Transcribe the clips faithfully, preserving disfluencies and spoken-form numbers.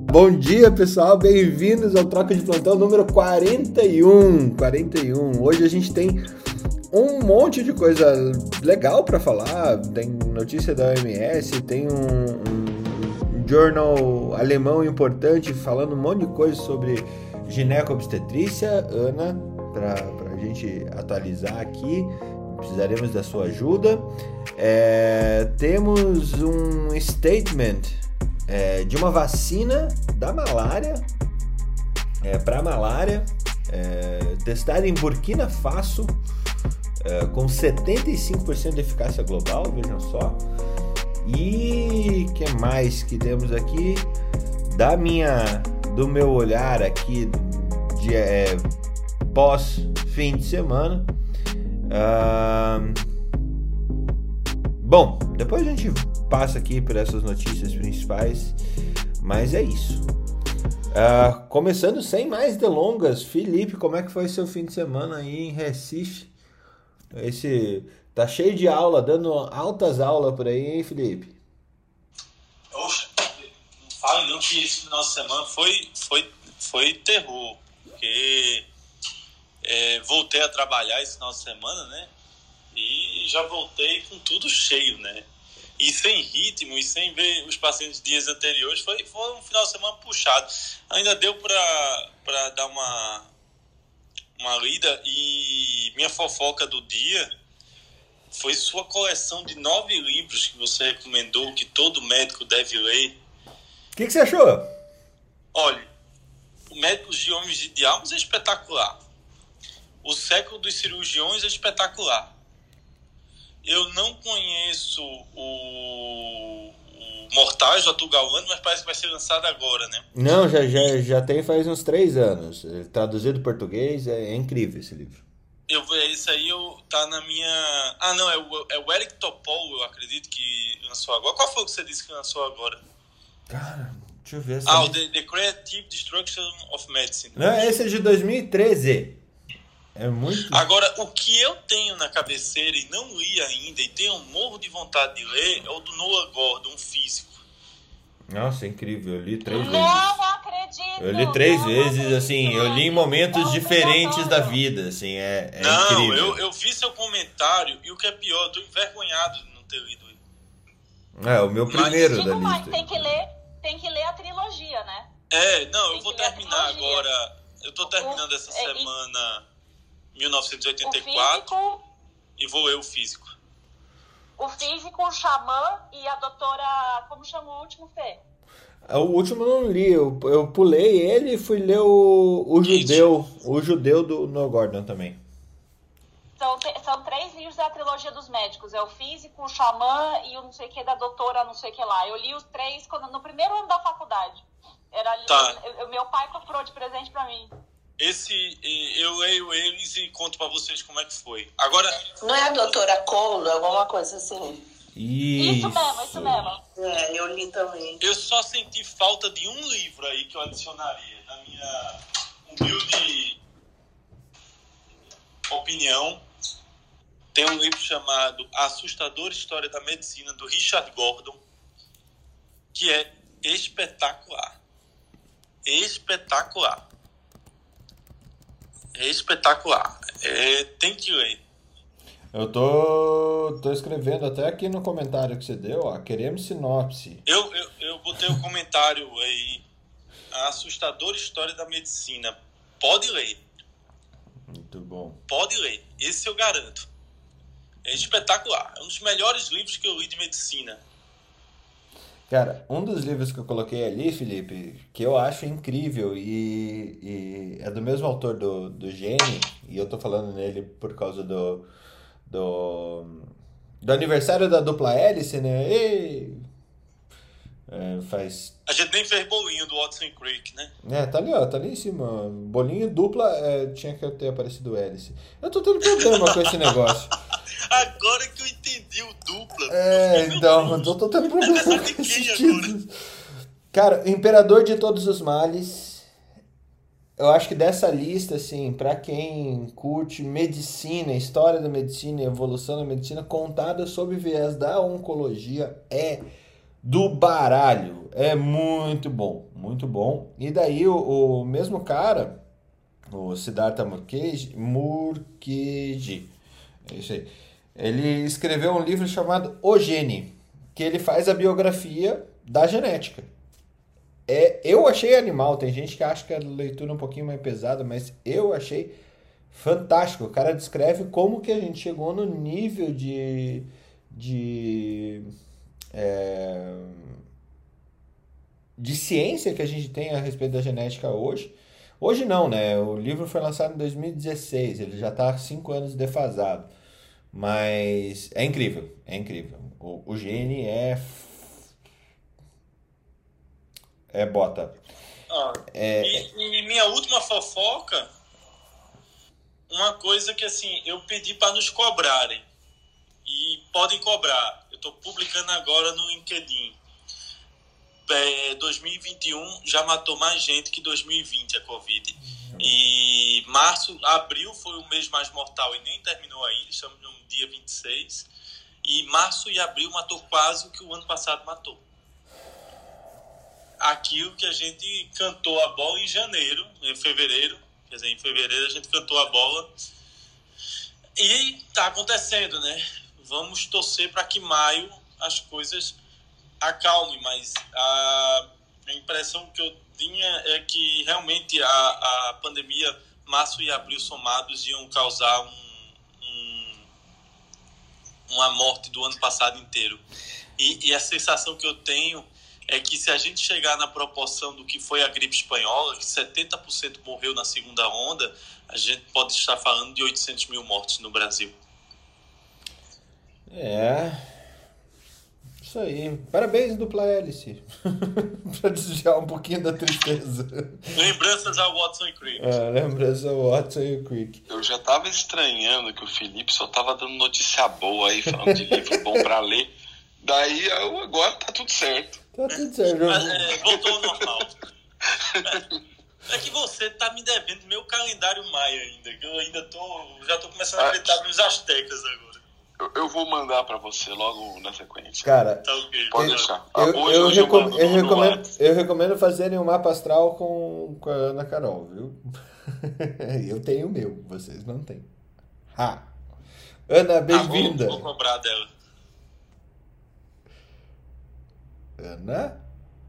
Bom dia, pessoal, bem-vindos ao Troca de Plantão número quarenta e um. quarenta e um. Hoje a gente tem um monte de coisa legal para falar. Tem notícia da O M S, tem um, um, um jornal alemão importante falando um monte de coisa sobre gineco-obstetrícia. Ana, para a gente atualizar aqui, precisaremos da sua ajuda. É, temos um statement é, de uma vacina da malária, é, para malária, é, testada em Burkina Faso, é, com setenta e cinco por cento de eficácia global, vejam só. E o que mais que temos aqui? Da minha, do meu olhar aqui de é, pós fim de semana. Uh, bom, depois a gente passa aqui por essas notícias principais, mas é isso. Uh, começando sem mais delongas, Felipe, como é que foi seu fim de semana aí em Recife? Esse tá cheio de aula, dando altas aulas por aí, hein, Felipe? Oxa, não fale não que esse final de semana foi, foi, foi terror, porque é, voltei a trabalhar esse final de semana, né? E já voltei com tudo cheio, né? E sem ritmo, e sem ver os pacientes dias anteriores, foi, foi um final de semana puxado. Ainda deu para dar uma, uma lida, e minha fofoca do dia foi sua coleção de nove livros que você recomendou, que todo médico deve ler. O que, que você achou? Olha, o Médicos de Homens e de Almas é espetacular. O Século dos Cirurgiões é espetacular. Eu não conheço o, o Mortais do Atul Gawande, mas parece que vai ser lançado agora, né? Não, já, já, já tem faz uns três anos. Traduzido em português, é, é incrível esse livro. Eu, esse aí eu, tá na minha... Ah, não, é o, é o Eric Topol, eu acredito que lançou agora. Qual foi o que você disse que lançou agora? Cara, deixa eu ver. Ah, o The, The Creative Destruction of Medicine. Não, esse é de dois mil e treze. É muito... Agora, o que eu tenho na cabeceira e não li ainda, e tenho um morro de vontade de ler, é o do Noah Gordon, um físico. Nossa, é incrível. Eu li três não, vezes. Não acredito. Eu li três não vezes, acredito. assim, eu li em momentos não, diferentes não, da vida, assim, é, é não, incrível. Não, eu, eu vi seu comentário, e o que é pior, eu tô envergonhado de não ter lido ele. É, o meu primeiro mas, da mais, lista. Tem que ler, tem que ler a trilogia, né? É, não, tem eu vou terminar agora, eu tô terminando o, essa é, semana mil novecentos e oitenta e quatro físico, e vou ler o físico. O físico, o xamã e a doutora, como chama o último, Fê? O último eu não li, eu, eu pulei ele e fui ler o, o judeu, o judeu do Noah Gordon também. São, são três livros da trilogia dos médicos, é o físico, o xamã e o não sei o que da doutora não sei o que lá. Eu li os três quando, no primeiro ano da faculdade. Era, tá. eu, eu, meu pai comprou de presente pra mim. Esse, eu leio eles e conto pra vocês como é que foi. Agora... Não é a doutora Cole, alguma coisa assim? Isso, isso mesmo, isso mesmo. É, eu li também. Eu só senti falta de um livro aí que eu adicionaria, na minha humilde opinião. Tem um livro chamado A Assustadora História da Medicina, do Richard Gordon, que é espetacular. Espetacular. É espetacular. É, tem que ler. Eu tô, tô escrevendo até aqui no comentário que você deu, ó, queremos sinopse. Eu, eu, eu botei um comentário aí, A Assustadora História da Medicina. Pode ler. Muito bom. Pode ler. Esse eu garanto. É espetacular. É um dos melhores livros que eu li de medicina. Cara, um dos livros que eu coloquei ali, Felipe, que eu acho incrível e, e é do mesmo autor do, do Gene, e eu tô falando nele por causa do, do, do aniversário da dupla hélice, né? E, é, faz... A gente nem fez bolinho do Watson Creek, né? É, tá ali, ó, tá ali em cima. Bolinho dupla, é, tinha que ter aparecido o hélice. Eu tô tendo problema com esse negócio. Agora que eu entendi o dupla. É, então, eu tô tendo problema com esses títulos. Cara, Imperador de Todos os Males. Eu acho que dessa lista, assim, pra quem curte medicina, história da medicina, evolução da medicina, contada sob viés da oncologia, é do baralho. É muito bom, muito bom. E daí o, o mesmo cara, o Siddhartha Mukherjee, Mukherjee, é isso aí, ele escreveu um livro chamado O Gene, que ele faz a biografia da genética. É, eu achei animal, tem gente que acha que a leitura é um pouquinho mais pesada, mas eu achei fantástico. O cara descreve como que a gente chegou no nível de, de, é, de ciência que a gente tem a respeito da genética hoje. Hoje não, né? O livro foi lançado em dois mil e dezesseis, ele já está há cinco anos defasado. Mas é incrível, é incrível. O, o gene é... É bota. Ah, É, e, e minha última fofoca, uma coisa que assim, eu pedi para nos cobrarem. E podem cobrar. Eu estou publicando agora no LinkedIn. É, dois mil e vinte e um já matou mais gente que dois mil e vinte a Covid. E março, abril foi o mês mais mortal e nem terminou ainda, estamos no dia vinte e seis. E março e abril matou quase o que o ano passado matou. Aquilo que a gente cantou a bola em janeiro, em fevereiro, quer dizer, em fevereiro a gente cantou a bola e tá acontecendo, né? Vamos torcer para que maio as coisas acalmem, mas a, a impressão que eu tinha é que realmente a, a pandemia, março e abril somados, iam causar um, um, uma morte do ano passado inteiro. E, e a sensação que eu tenho é que se a gente chegar na proporção do que foi a gripe espanhola, que setenta por cento morreu na segunda onda, a gente pode estar falando de oitocentos mil mortes no Brasil. É. Isso aí. Parabéns, dupla hélice. Pra desviar um pouquinho da tristeza. Lembranças ao Watson e Crick. Ah, lembranças ao Watson e Crick. Eu já tava estranhando que o Felipe só tava dando notícia boa aí, falando de livro bom pra ler. Daí eu, agora tá tudo certo. Tá tudo certo. Mas, é, voltou ao normal. É, é que você tá me devendo meu calendário maia ainda, que eu ainda tô, já tô começando a acreditar nos astecas agora. Eu, eu vou mandar pra você logo na sequência. Cara, Tá ok. Pode eu, deixar. eu, Hoje, eu, hoje eu recom- mando eu no- no recomendo, WhatsApp. eu recomendo fazerem um mapa astral com, com a Ana Carol, viu? Eu tenho o meu, vocês não têm. Ha! Ana, Ah, bem-vinda. vou, vou cobrar dela. Ana?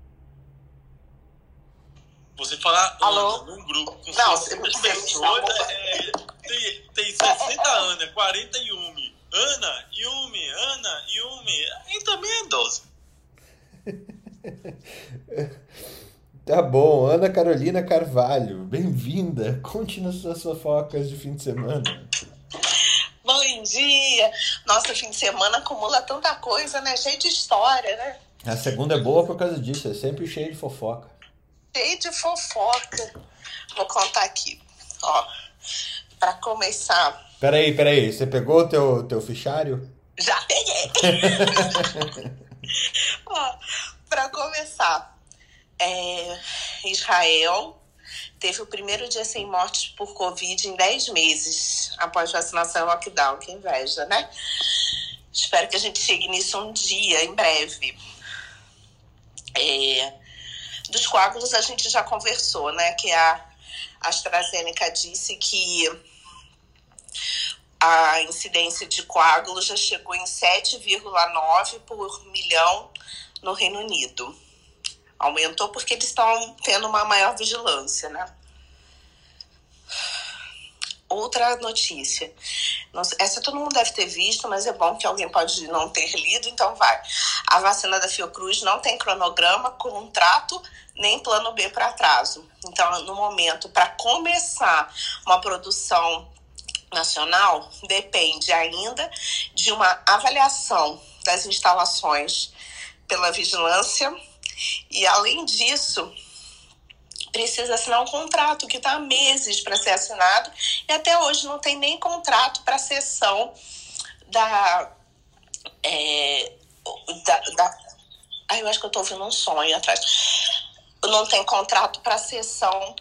Você falar Alô? Ana num grupo com Não, seiscentas você- pessoas, é, tem, tem sessenta Ana, quarenta Yumi. Ana, Yumi, Ana, Yumi. Aí também é dose. Tá bom, Ana Carolina Carvalho, bem-vinda. Conte nas suas fofocas de fim de semana. Bom dia! Nossa, fim de semana acumula tanta coisa, né? Cheio de história, né? A segunda é boa por causa disso, é sempre cheio de fofoca. Cheio de fofoca. Vou contar aqui. Ó, pra começar, Peraí, peraí, você pegou o teu, teu fichário? já peguei. Ó, pra começar, é, Israel teve o primeiro dia sem mortes por Covid em dez meses, após vacinação e lockdown. Que inveja, né? Espero que a gente chegue nisso um dia, em breve. É, dos coágulos a gente já conversou, né? Que a AstraZeneca disse que a incidência de coágulos já chegou em sete vírgula nove por milhão no Reino Unido. Aumentou porque eles estão tendo uma maior vigilância, né? Outra notícia. Não sei, essa todo mundo deve ter visto, mas é bom que alguém pode não ter lido, então vai. A vacina da Fiocruz não tem cronograma, contrato, nem plano B para atraso. Então, no momento, para começar uma produção nacional, depende ainda de uma avaliação das instalações pela vigilância e, além disso, precisa assinar um contrato que está há meses para ser assinado e até hoje não tem nem contrato para a cessão da, é, da, da... Ai, eu acho que eu estou ouvindo um sonho atrás. Não tem contrato para a cessão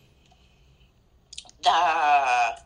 da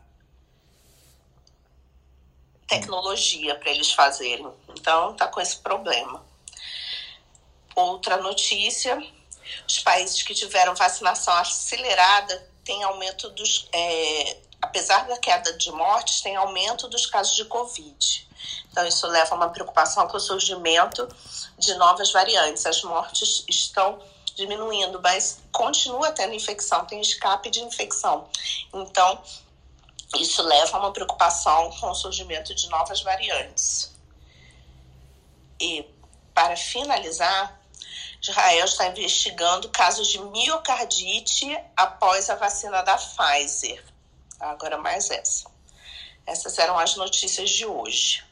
tecnologia para eles fazerem. Então, tá com esse problema. Outra notícia, os países que tiveram vacinação acelerada têm aumento dos... É, apesar da queda de mortes, tem aumento dos casos de Covid. Então, isso leva a uma preocupação com o surgimento de novas variantes. As mortes estão diminuindo, mas continua tendo infecção, tem escape de infecção. Então, isso leva a uma preocupação com o surgimento de novas variantes. E, para finalizar, Israel está investigando casos de miocardite após a vacina da Pfizer. Agora mais essa. Essas eram as notícias de hoje.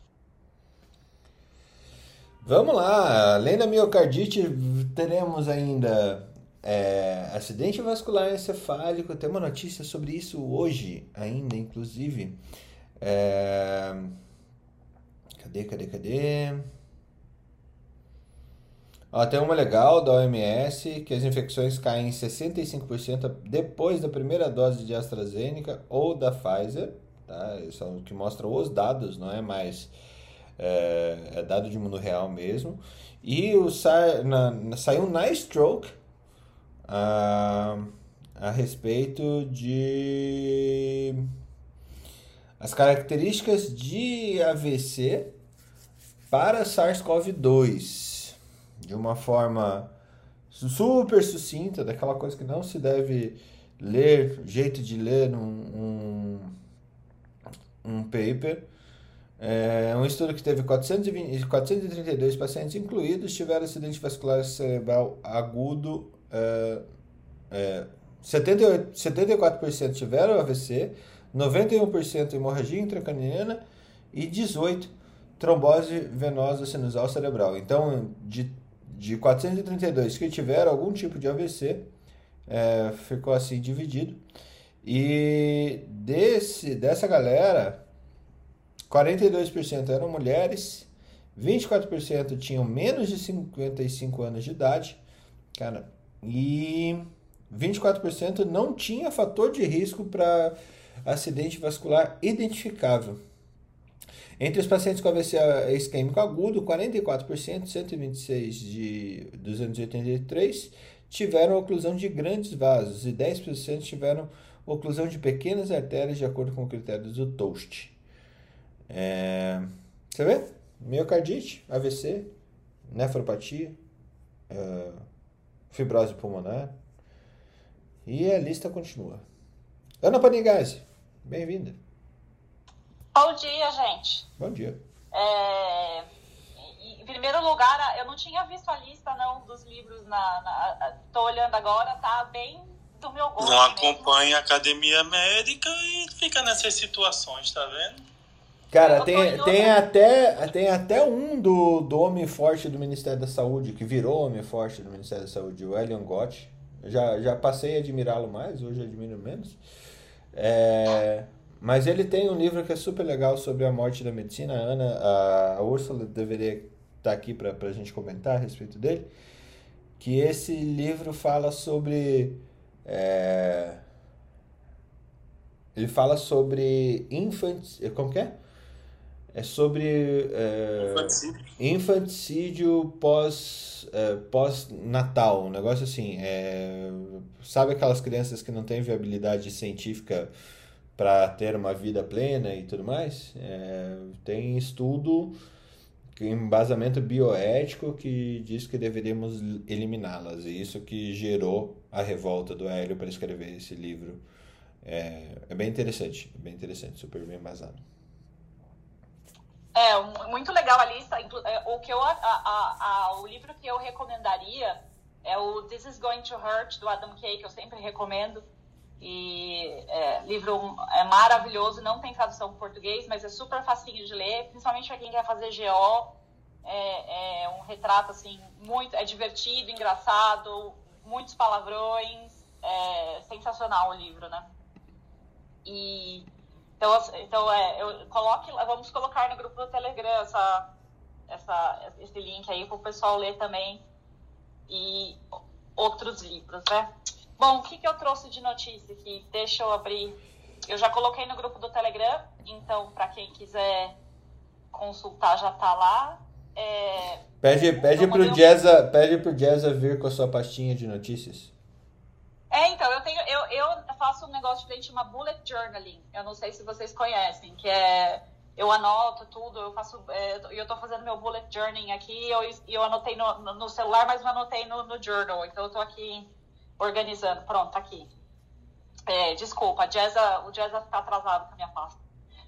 Vamos lá. Além da miocardite, teremos ainda é, acidente vascular encefálico. Tem uma notícia sobre isso hoje ainda, inclusive. É... Cadê, cadê, cadê? Ó, tem uma legal da O M S, que as infecções caem em sessenta e cinco por cento depois da primeira dose de AstraZeneca ou da Pfizer, tá? Isso é o que mostra os dados, não é mais é, é dado de mundo real mesmo. E o, na, na, saiu na Stroke a, a respeito de as características de A V C para SARS-CoV dois. De uma forma super sucinta, daquela coisa que não se deve ler, jeito de ler um, um, um paper. É um estudo que teve quatrocentos e vinte, quatrocentos e trinta e dois pacientes incluídos, tiveram acidente vascular cerebral agudo, é, é, setenta e oito, setenta e quatro por cento tiveram A V C, noventa e um por cento hemorragia intracraniana e dezoito por cento trombose venosa sinusal cerebral. Então, de De quatrocentos e trinta e dois que tiveram algum tipo de A V C, é, ficou assim dividido. E desse, dessa galera, quarenta e dois por cento eram mulheres, vinte e quatro por cento tinham menos de cinquenta e cinco anos de idade, cara, e vinte e quatro por cento não tinha fator de risco para acidente vascular identificável. Entre os pacientes com A V C isquêmico agudo, quarenta e quatro por cento, cento e vinte e seis de duzentos e oitenta e três, tiveram oclusão de grandes vasos e dez por cento tiveram oclusão de pequenas artérias, de acordo com critérios do Toast. É... Você vê? Miocardite, A V C, nefropatia, é... fibrose pulmonar. E a lista continua. Ana Panigasi, bem-vinda. Bom dia, gente. Bom dia. É, em primeiro lugar, eu não tinha visto a lista não dos livros, na, na, tô olhando agora, tá bem do meu gosto. Não acompanha a academia médica e fica nessas situações, tá vendo? Cara, tem, tem, até, tem até um do, do Homem Forte do Ministério da Saúde, que virou Homem Forte do Ministério da Saúde, o Elion Gott. Já, já passei a admirá-lo mais, hoje admiro menos. É... Mas ele tem um livro que é super legal sobre a morte da medicina. A Ana, a, a Úrsula deveria estar aqui para a gente comentar a respeito dele. Que esse livro fala sobre... É, ele fala sobre infanticídio... Como que é? É sobre é, Infanticídio. infanticídio pós, é, pós-natal. Um negócio assim. É, sabe aquelas crianças que não têm viabilidade científica para ter uma vida plena e tudo mais? É, tem estudo, embasamento bioético que diz que deveríamos eliminá-las. E isso que gerou a revolta do Hélio para escrever esse livro. É, é bem interessante, bem interessante, super bem embasado. É, muito legal a lista. O, que eu, a, a, a, o livro que eu recomendaria é o This is Going to Hurt, do Adam Kay, que eu sempre recomendo. E é, livro é maravilhoso, não tem tradução em português, mas é super facinho de ler, principalmente para quem quer fazer G O. É, é um retrato assim, muito, é divertido, engraçado, muitos palavrões, é sensacional o livro, né? E então, então é, eu coloque, vamos colocar no grupo do Telegram essa, essa, esse link aí para o pessoal ler também e outros livros, né? Bom, o que, que eu trouxe de notícia aqui? Deixa eu abrir. Eu já coloquei no grupo do Telegram, então, para quem quiser consultar, já está lá. É, Pede, pede, eu pro mandei um- Jazza, pede pro Jazza vir com a sua pastinha de notícias. É, então, eu tenho, eu, eu faço um negócio diferente, chama bullet journaling. Eu não sei se vocês conhecem, que é, eu anoto tudo, eu faço, é, eu tô fazendo meu bullet journaling aqui, eu, eu anotei no, no celular, mas não anotei no, no journal, então eu tô aqui organizando. Pronto, tá aqui. É, desculpa, a Jazza, o Jazza tá atrasado com a minha pasta.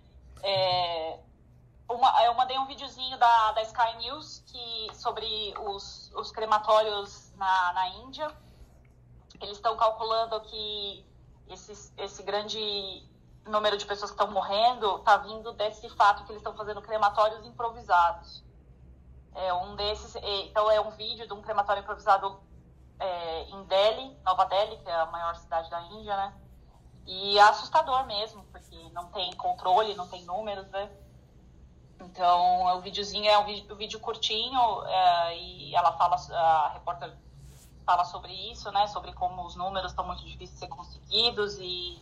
É, uma, eu mandei um videozinho da, da Sky News que, sobre os, os crematórios na, na Índia. Eles estão calculando que esse, esse grande número de pessoas que estão morrendo está vindo desse fato que eles estão fazendo crematórios improvisados. É um desses, então é um vídeo de um crematório improvisado é, em Delhi, Nova Delhi, que é a maior cidade da Índia, né? E é assustador mesmo, porque não tem controle, não tem números, né? Então, o videozinho é um vídeo, um vídeo curtinho é, e ela fala, a repórter fala sobre isso, né? Sobre como os números estão muito difíceis de ser conseguidos e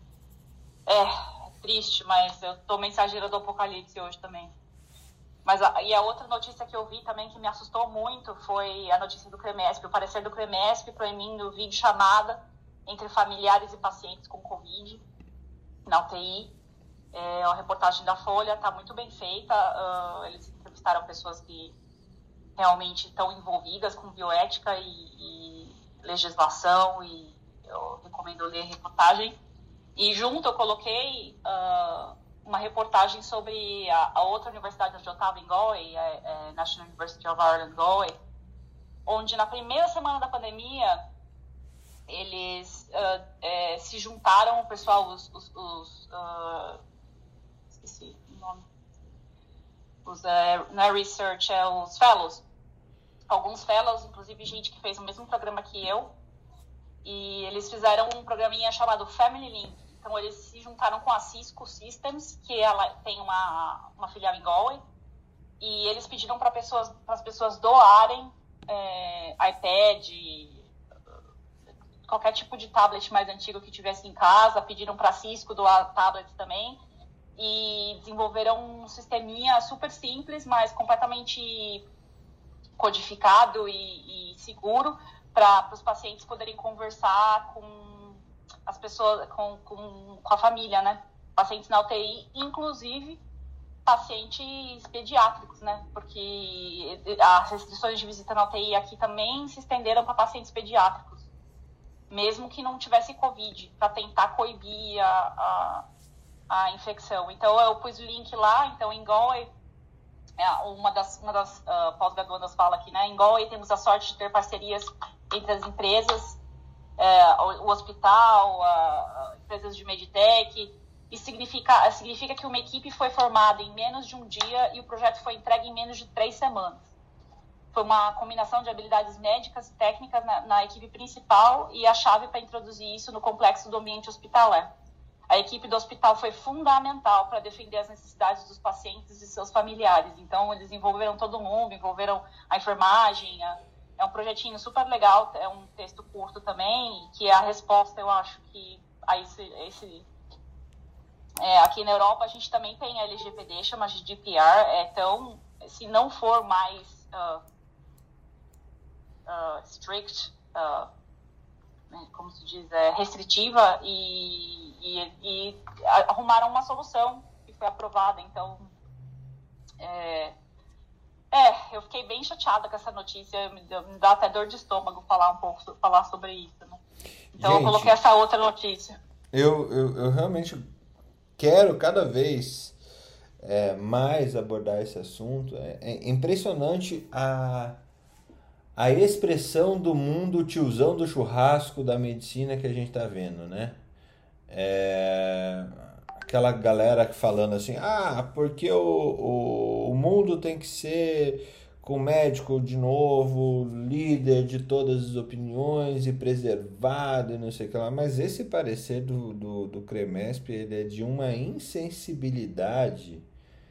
é, é triste, mas eu tô mensageira do apocalipse hoje também. Mas a, e a outra notícia que eu vi também que me assustou muito foi a notícia do CREMESP, o parecer do CREMESP proibindo vídeo chamada entre familiares e pacientes com Covid na U T I. É uma reportagem da Folha, está muito bem feita. Uh, eles entrevistaram pessoas que realmente estão envolvidas com bioética e, e legislação, e eu recomendo ler a reportagem. E junto eu coloquei uh, uma reportagem sobre a, a outra universidade onde eu estava, em Galway, a, a National University of Ireland, Galway, onde na primeira semana da pandemia eles uh, é, se juntaram, o pessoal, os, os, os uh, esqueci o nome, os, uh, não é research, é os fellows, alguns fellows, inclusive gente que fez o mesmo programa que eu, e eles fizeram um programinha chamado Family Link. Então eles se juntaram com a Cisco Systems, que ela tem uma, uma filial em Galway, e eles pediram para pessoas, para as pessoas doarem é, iPad, qualquer tipo de tablet mais antigo que tivesse em casa, pediram para a Cisco doar tablets também, e desenvolveram um sisteminha super simples, mas completamente codificado e, e seguro para os pacientes poderem conversar com as pessoas, com, com, com a família, né? Pacientes na U T I, inclusive pacientes pediátricos, né? Porque as restrições de visita na U T I aqui também se estenderam para pacientes pediátricos, mesmo que não tivesse Covid, para tentar coibir a, a, a infecção. Então, eu pus o link lá. Então, em Galway, uma das, uma das uh, pós-graduandas fala aqui, né? Em Galway temos a sorte de ter parcerias entre as empresas, uh, o, o hospital, uh, empresas de Meditech. Isso significa, significa que uma equipe foi formada em menos de um dia e o projeto foi entregue em menos de três semanas. Foi uma combinação de habilidades médicas e técnicas na, na equipe principal e a chave para introduzir isso no complexo do ambiente hospitalar. A equipe do hospital foi fundamental para defender as necessidades dos pacientes e seus familiares. Então, eles envolveram todo mundo, envolveram a enfermagem. A, é um projetinho super legal, é um texto curto também, que é a resposta, eu acho, que a esse... esse é, aqui na Europa, a gente também tem a L G P D, chama de G D P R. É tão, se não for mais... Uh, Uh, strict, uh, como se diz, é, restritiva, e, e, e arrumaram uma solução que foi aprovada. Então, é, é, eu fiquei bem chateada com essa notícia, me, deu, me dá até dor de estômago falar um pouco, falar sobre isso, né? Então, gente, eu coloquei essa outra notícia. Eu, eu, eu realmente quero cada vez é, mais abordar esse assunto. É, é impressionante a... a expressão do mundo tiozão do churrasco da medicina que a gente tá vendo, né? É... Aquela galera falando assim, ah, porque o, o, o mundo tem que ser com médico de novo, líder de todas as opiniões e preservado e não sei o que lá. Mas esse parecer do, do, do CREMESP, ele é de uma insensibilidade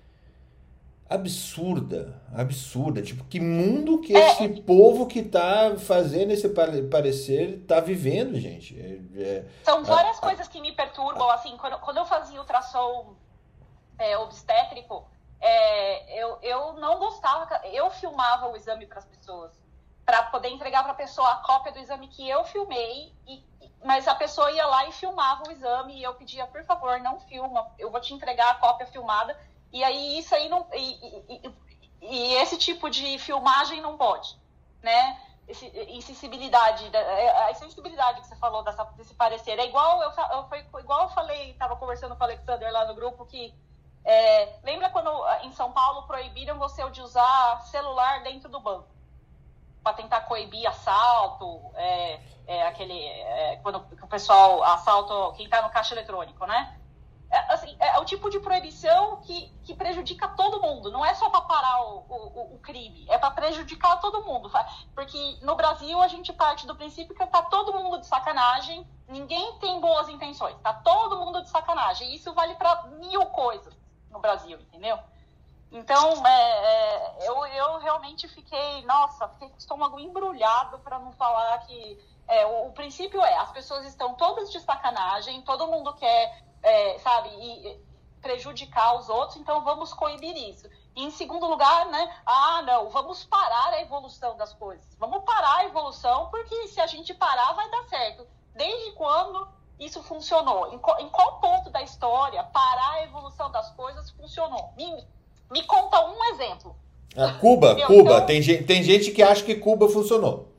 absurda, absurda, tipo, que mundo que esse é, povo que tá fazendo esse parecer tá vivendo, gente. É, é, são várias a, coisas que me perturbam, a, assim, quando, quando eu fazia ultrassom é, obstétrico, é, eu, eu não gostava, eu filmava o exame para as pessoas, para poder entregar para a pessoa a cópia do exame que eu filmei, e, mas a pessoa ia lá e filmava o exame, e eu pedia, por favor, não filma, eu vou te entregar a cópia filmada, e aí isso aí não... E, e, e, e esse tipo de filmagem não pode, né? Esse, insensibilidade, a insensibilidade que você falou dessa, desse parecer, é igual eu, eu, foi, igual eu falei, estava conversando com o Alexander lá no grupo, que é, lembra quando em São Paulo proibiram você de usar celular dentro do banco para tentar coibir assalto, é, é, aquele, é, quando o pessoal assalta quem está no caixa eletrônico, né? É, assim, é o tipo de proibição que, que prejudica todo mundo. Não é só para parar o, o, o crime, é para prejudicar todo mundo. Porque no Brasil a gente parte do princípio que tá todo mundo de sacanagem, ninguém tem boas intenções, tá todo mundo de sacanagem. E isso vale para mil coisas no Brasil, entendeu? Então, é, é, eu, eu realmente fiquei, nossa, fiquei com o estômago embrulhado, para não falar que... É, o, o princípio é, as pessoas estão todas de sacanagem, todo mundo quer... É, sabe, e prejudicar os outros, então vamos coibir isso. E em segundo lugar, né, ah, não, vamos parar a evolução das coisas. Vamos parar a evolução, porque se a gente parar, vai dar certo. Desde quando isso funcionou? Em, co- em qual ponto da história parar a evolução das coisas funcionou? Me, me conta um exemplo. Ah, Cuba, Entendeu? Cuba. Então, Tem, gente, tem gente que acha que Cuba funcionou.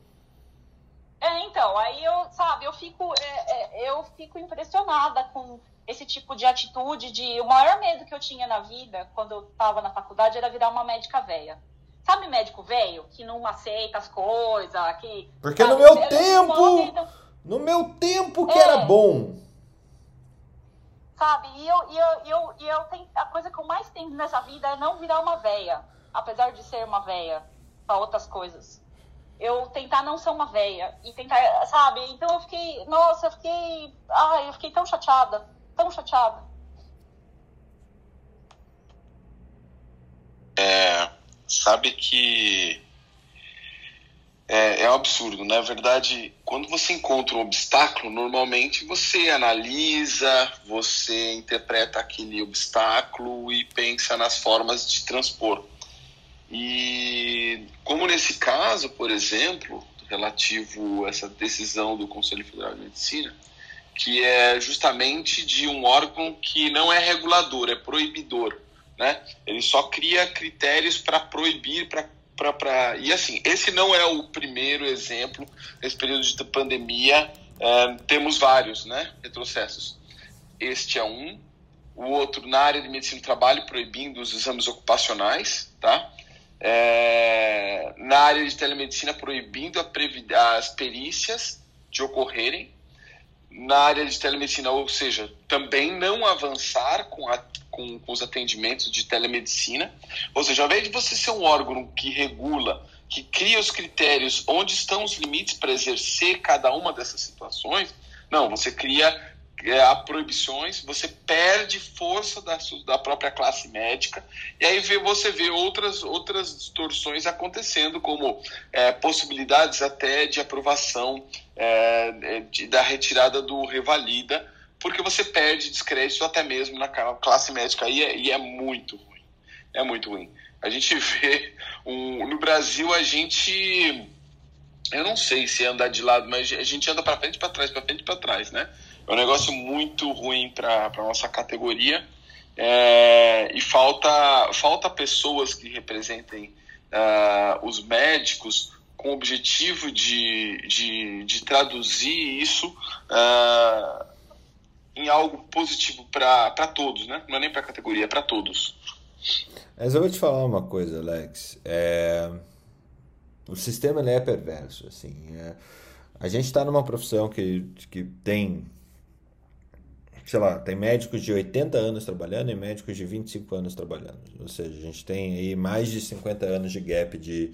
É, então, aí eu, sabe, eu fico, é, é, eu fico impressionada com esse tipo de atitude de... O maior medo que eu tinha na vida, quando eu estava na faculdade, era virar uma médica velha. Sabe médico velho? Que não aceita as coisas, que... Porque sabe, no meu eu- tempo, eu- então, no meu tempo que É. era bom. sabe, e eu, e eu, e eu, e eu tenho, a coisa que eu mais tenho nessa vida é não virar uma velha, apesar de ser uma velha, para outras coisas. Eu tentar não ser uma velha, e tentar, sabe, então eu fiquei, nossa, eu fiquei, ai, eu fiquei tão chateada, tão chateada. Sabe que é, é um absurdo, na verdade, quando você encontra um obstáculo, normalmente você analisa, você interpreta aquele obstáculo e pensa nas formas de transpor. E como nesse caso, por exemplo, relativo a essa decisão do Conselho Federal de Medicina, que é justamente de um órgão que não é regulador, é proibidor, né? Ele só cria critérios para proibir, para Pra, pra... E assim, esse não é o primeiro exemplo. Nesse período de pandemia, é, temos vários, né, retrocessos. Este é um. O outro, na área de medicina do trabalho, proibindo os exames ocupacionais, tá? É, na área de telemedicina, proibindo a previ... as perícias de ocorrerem. Na área de telemedicina, ou seja, também não avançar com, a, com, com os atendimentos de telemedicina. Ou seja, ao invés de você ser um órgão que regula, que cria os critérios onde estão os limites para exercer cada uma dessas situações, não, você cria é, proibições, você perde força da, da própria classe médica, e aí você vê outras, outras distorções acontecendo, como é, possibilidades até de aprovação é, de, da retirada do revalida, porque você perde descrédito até mesmo na classe médica, e é, e é muito ruim, é muito ruim. A gente vê, um, no Brasil a gente, eu não sei se é andar de lado, mas a gente anda para frente e para trás, para frente e para trás, né? É um negócio muito ruim para a nossa categoria, é, e falta, falta pessoas que representem uh, os médicos com o objetivo de, de, de traduzir isso uh, em algo positivo para todos, né? Não é nem para a categoria, é para todos. Mas eu vou te falar uma coisa, Alex. É... O sistema ele é perverso. Assim, é... A gente está numa profissão que, que tem... sei lá, tem médicos de oitenta anos trabalhando e médicos de vinte e cinco anos trabalhando. Ou seja, a gente tem aí mais de cinquenta anos de gap de,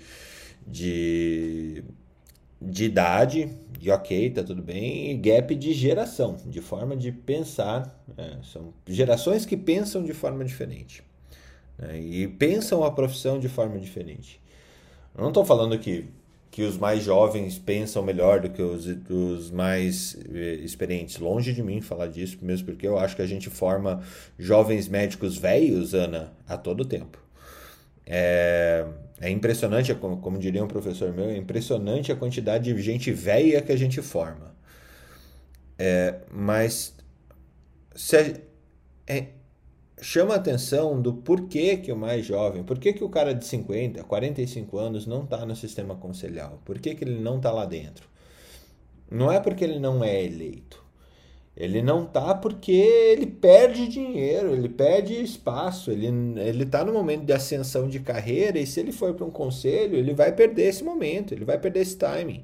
de, de idade, e ok, tá tudo bem, e gap de geração, de forma de pensar. É, são gerações que pensam de forma diferente, né, e pensam a profissão de forma diferente. Eu não estou falando que que os mais jovens pensam melhor do que os, os mais experientes. Longe de mim falar disso, mesmo porque eu acho que a gente forma jovens médicos velhos, Ana, a todo tempo. É, é impressionante, como, como diria um professor meu, é impressionante a quantidade de gente velha que a gente forma. É, mas se, é, chama a atenção do porquê que o mais jovem, por que que o cara de cinquenta, quarenta e cinco anos não está no sistema conselhal? Por que que ele não está lá dentro? Não é porque ele não é eleito. Ele não está porque ele perde dinheiro, ele perde espaço, ele ele está no momento de ascensão de carreira e se ele for para um conselho, ele vai perder esse momento, ele vai perder esse timing.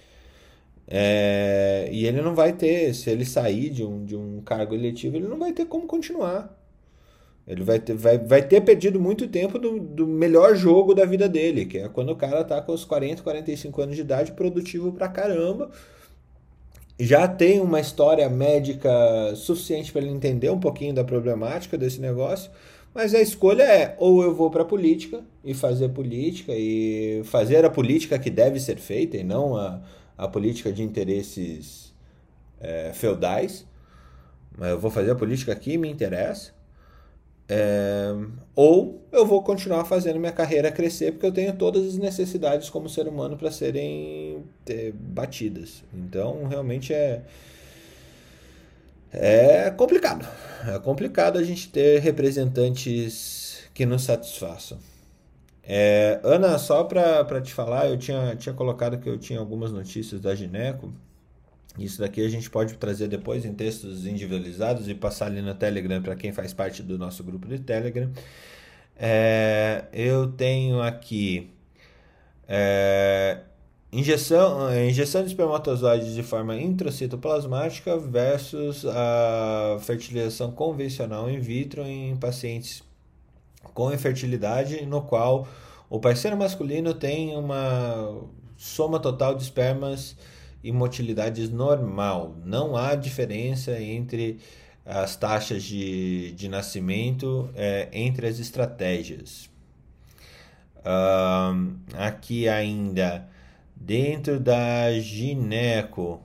É, e ele não vai ter, se ele sair de um, de um cargo eletivo, ele não vai ter como continuar. Ele vai ter, vai, vai ter perdido muito tempo do, do melhor jogo da vida dele, que é quando o cara tá com os quarenta, quarenta e cinco anos de idade, produtivo pra caramba, já tem uma história médica suficiente para ele entender um pouquinho da problemática desse negócio, mas a escolha é ou eu vou para a política e fazer política e fazer a política que deve ser feita e não a, a política de interesses é, feudais, mas eu vou fazer a política que me interessa. É, ou eu vou continuar fazendo minha carreira crescer porque eu tenho todas as necessidades como ser humano para serem é, batidas. Então realmente é é complicado. É complicado a gente ter representantes que nos satisfaçam. É, Ana, só para te falar, eu tinha, tinha colocado que eu tinha algumas notícias da Gineco. Isso daqui a gente pode trazer depois em textos individualizados e passar ali no Telegram para quem faz parte do nosso grupo de Telegram. É, eu tenho aqui é, injeção, injeção de espermatozoides de forma intracitoplasmática versus a fertilização convencional in vitro em pacientes com infertilidade, no qual o parceiro masculino tem uma soma total de espermas e motilidades normal. Não há diferença entre as taxas de, de nascimento é, entre as estratégias. Um, aqui ainda, dentro da Gineco,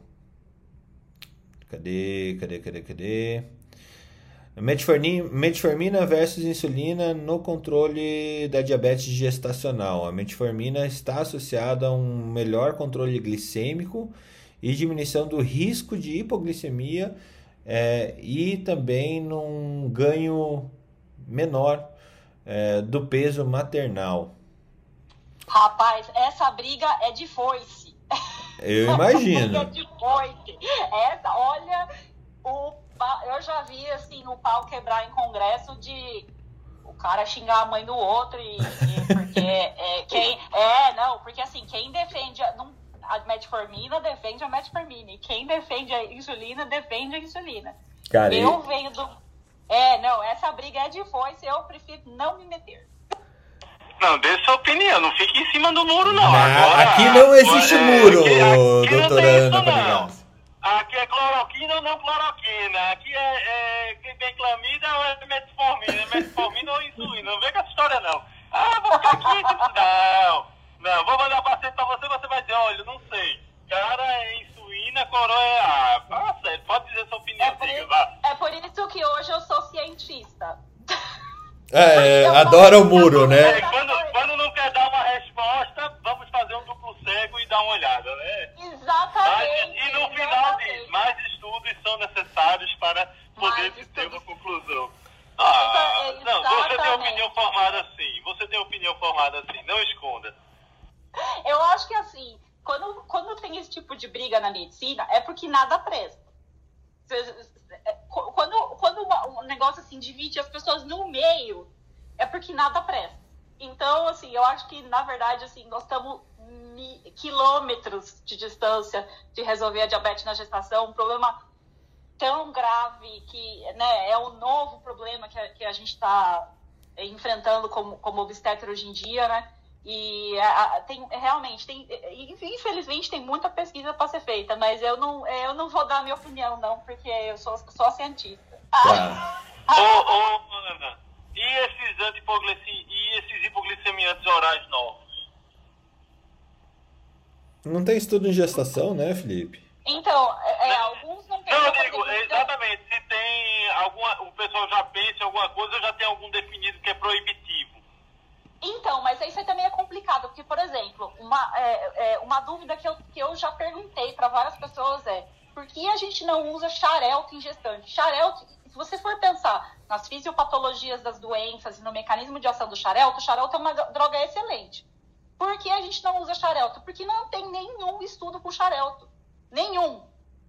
cadê, cadê, cadê, cadê? Metformina, metformina versus insulina no controle da diabetes gestacional. A metformina está associada a um melhor controle glicêmico e diminuição do risco de hipoglicemia é, e também num ganho menor é, do peso maternal. Rapaz, essa briga é de foice. Eu imagino. Essa briga é de foice. Essa, olha, o, eu já vi assim, o pau quebrar em congresso de o cara xingar a mãe do outro e, e porque é, quem é, não, porque assim, quem defende não, a metformina defende a metformina e quem defende a insulina defende a insulina. Cara, eu e... venho do é, não, essa briga é de foice, eu prefiro não me meter. Não, dê sua opinião, não fique em cima do muro, não. não agora, aqui não existe agora, muro, é, aqui, aqui doutora Ana Panigas. Aqui é cloroquina ou não cloroquina. Aqui é, é quem tem clamida ou é metformina. Metformina ou insulina. Não vem com essa história, não. Ah, vou ficar aqui. Não, não, vou mandar paciente pra você, você vai dizer, olha, não sei. Cara, é insulina, coroa é A. Ah, sério, pode dizer sua opinião, é por, diga, isso, vá. é por isso que hoje eu sou cientista. É, adora o muro, né? É, quando, quando não quer dar uma resposta, vamos fazer um duplo cego e dar uma olhada, né? Exatamente. Mas, e no final exatamente. diz, mais estudos são necessários para poder Mais ter uma estudos. conclusão. Ah, Exa- não, você tem exatamente. opinião formada assim, você tem opinião formada assim, não esconda. Eu acho que assim, quando, quando tem esse tipo de briga na medicina, é porque nada presta. Quando, quando um negócio assim divide as pessoas no meio, é porque nada presta. Então, assim, eu acho que, na verdade, assim, nós estamos mi- quilômetros de distância de resolver a diabetes na gestação, um problema tão grave que, né, é um novo problema que a, que a gente está enfrentando como, como obstetra hoje em dia, né? E a, a, tem, realmente, tem, infelizmente, tem muita pesquisa para ser feita, mas eu não, eu não vou dar a minha opinião, não, porque eu sou só cientista. Tá. Ô, ô, Ana, e esses antihipoglicemi- e esses hipoglicemiantes orais novos? Não tem estudo em gestação, né, Felipe? Então, é, é, alguns não tem. Não, eu digo, exatamente, se tem alguma, o pessoal já pensa em alguma coisa, já tem algum definido que é proibitivo. Então, mas isso aí também é complicado, porque, por exemplo, uma, é, é, uma dúvida que eu, que eu já perguntei para várias pessoas é: por que a gente não usa xarelto em gestante? Xarelto, se você for pensar nas fisiopatologias das doenças e no mecanismo de ação do xarelto, o xarelto é uma droga excelente. Por que a gente não usa xarelto? Porque não tem nenhum estudo com xarelto. Nenhum.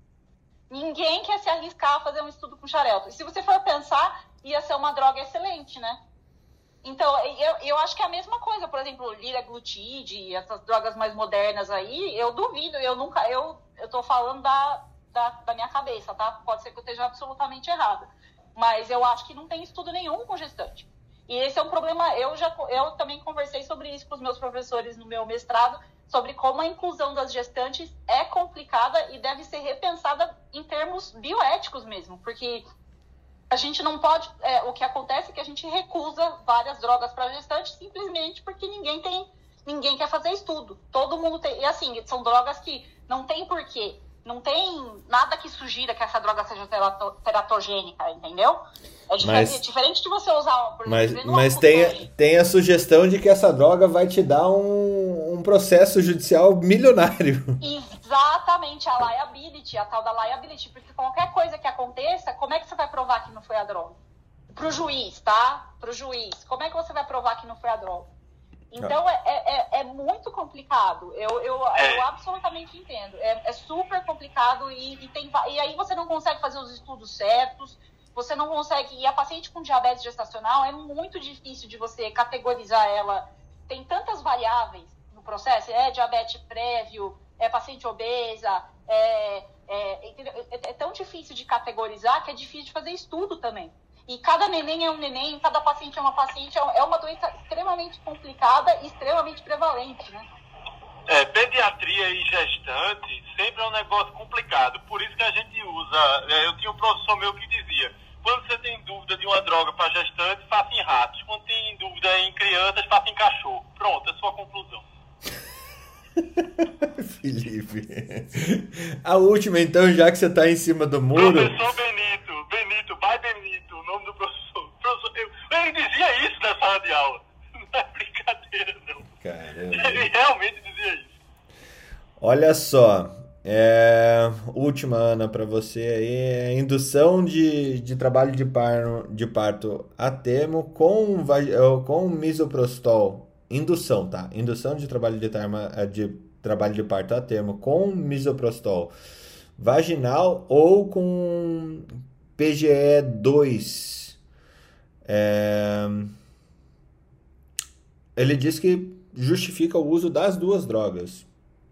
Ninguém quer se arriscar a fazer um estudo com xarelto. E se você for pensar, ia ser uma droga excelente, né? Então, eu, eu acho que é a mesma coisa. Por exemplo, liraglutide, essas drogas mais modernas aí, eu duvido, eu nunca, eu, eu tô falando da, da, da minha cabeça, tá? Pode ser que eu esteja absolutamente errada. Mas eu acho que não tem estudo nenhum com gestante. E esse é um problema, eu, já, eu também conversei sobre isso com os meus professores no meu mestrado, sobre como a inclusão das gestantes é complicada e deve ser repensada em termos bioéticos mesmo, porque a gente não pode, é, o que acontece é que a gente recusa várias drogas para gestantes simplesmente porque ninguém tem, ninguém quer fazer estudo, todo mundo tem, e assim, são drogas que não tem porquê, não tem nada que sugira que essa droga seja terato, teratogênica, entendeu? É diferente, mas, diferente de você usar, por mas, exemplo, mas tem, tem a sugestão de que essa droga vai te dar um, um processo judicial milionário. Exatamente, a liability, a tal da liability, porque qualquer coisa que aconteça, como é que você vai provar que não foi a droga? Pro juiz, tá? Pro juiz, como é que você vai provar que não foi a droga? Então, é, é, é muito complicado. Eu, eu, eu absolutamente entendo. É, é super complicado e, e, tem, e aí você não consegue fazer os estudos certos, você não consegue... E a paciente com diabetes gestacional é muito difícil de você categorizar ela. Tem tantas variáveis no processo. É diabetes prévio, é paciente obesa, é, é, é, é tão difícil de categorizar que é difícil de fazer estudo também. E cada neném é um neném, cada paciente é uma paciente, é uma doença extremamente complicada e extremamente prevalente, né? É, pediatria e gestante sempre é um negócio complicado, por isso que a gente usa, eu tinha um professor meu que dizia, quando você tem dúvida de uma droga para gestante, faça em ratos, quando tem dúvida em crianças, faça em cachorro. Pronto, é a sua conclusão. Felipe, a última então, já que você está em cima do muro... Professor Benito, Benito, vai Benito, o nome do professor. professor eu, ele dizia isso na sala de aula, não é brincadeira não. Caramba. Ele realmente dizia isso. Olha só, é... última, Ana, para você aí, é indução de, de trabalho de, par, de parto a termo com, com misoprostol. Indução, tá? Indução de trabalho de, tarma, de trabalho de parto a termo com misoprostol vaginal ou com P G E dois. É... Ele diz que justifica o uso das duas drogas.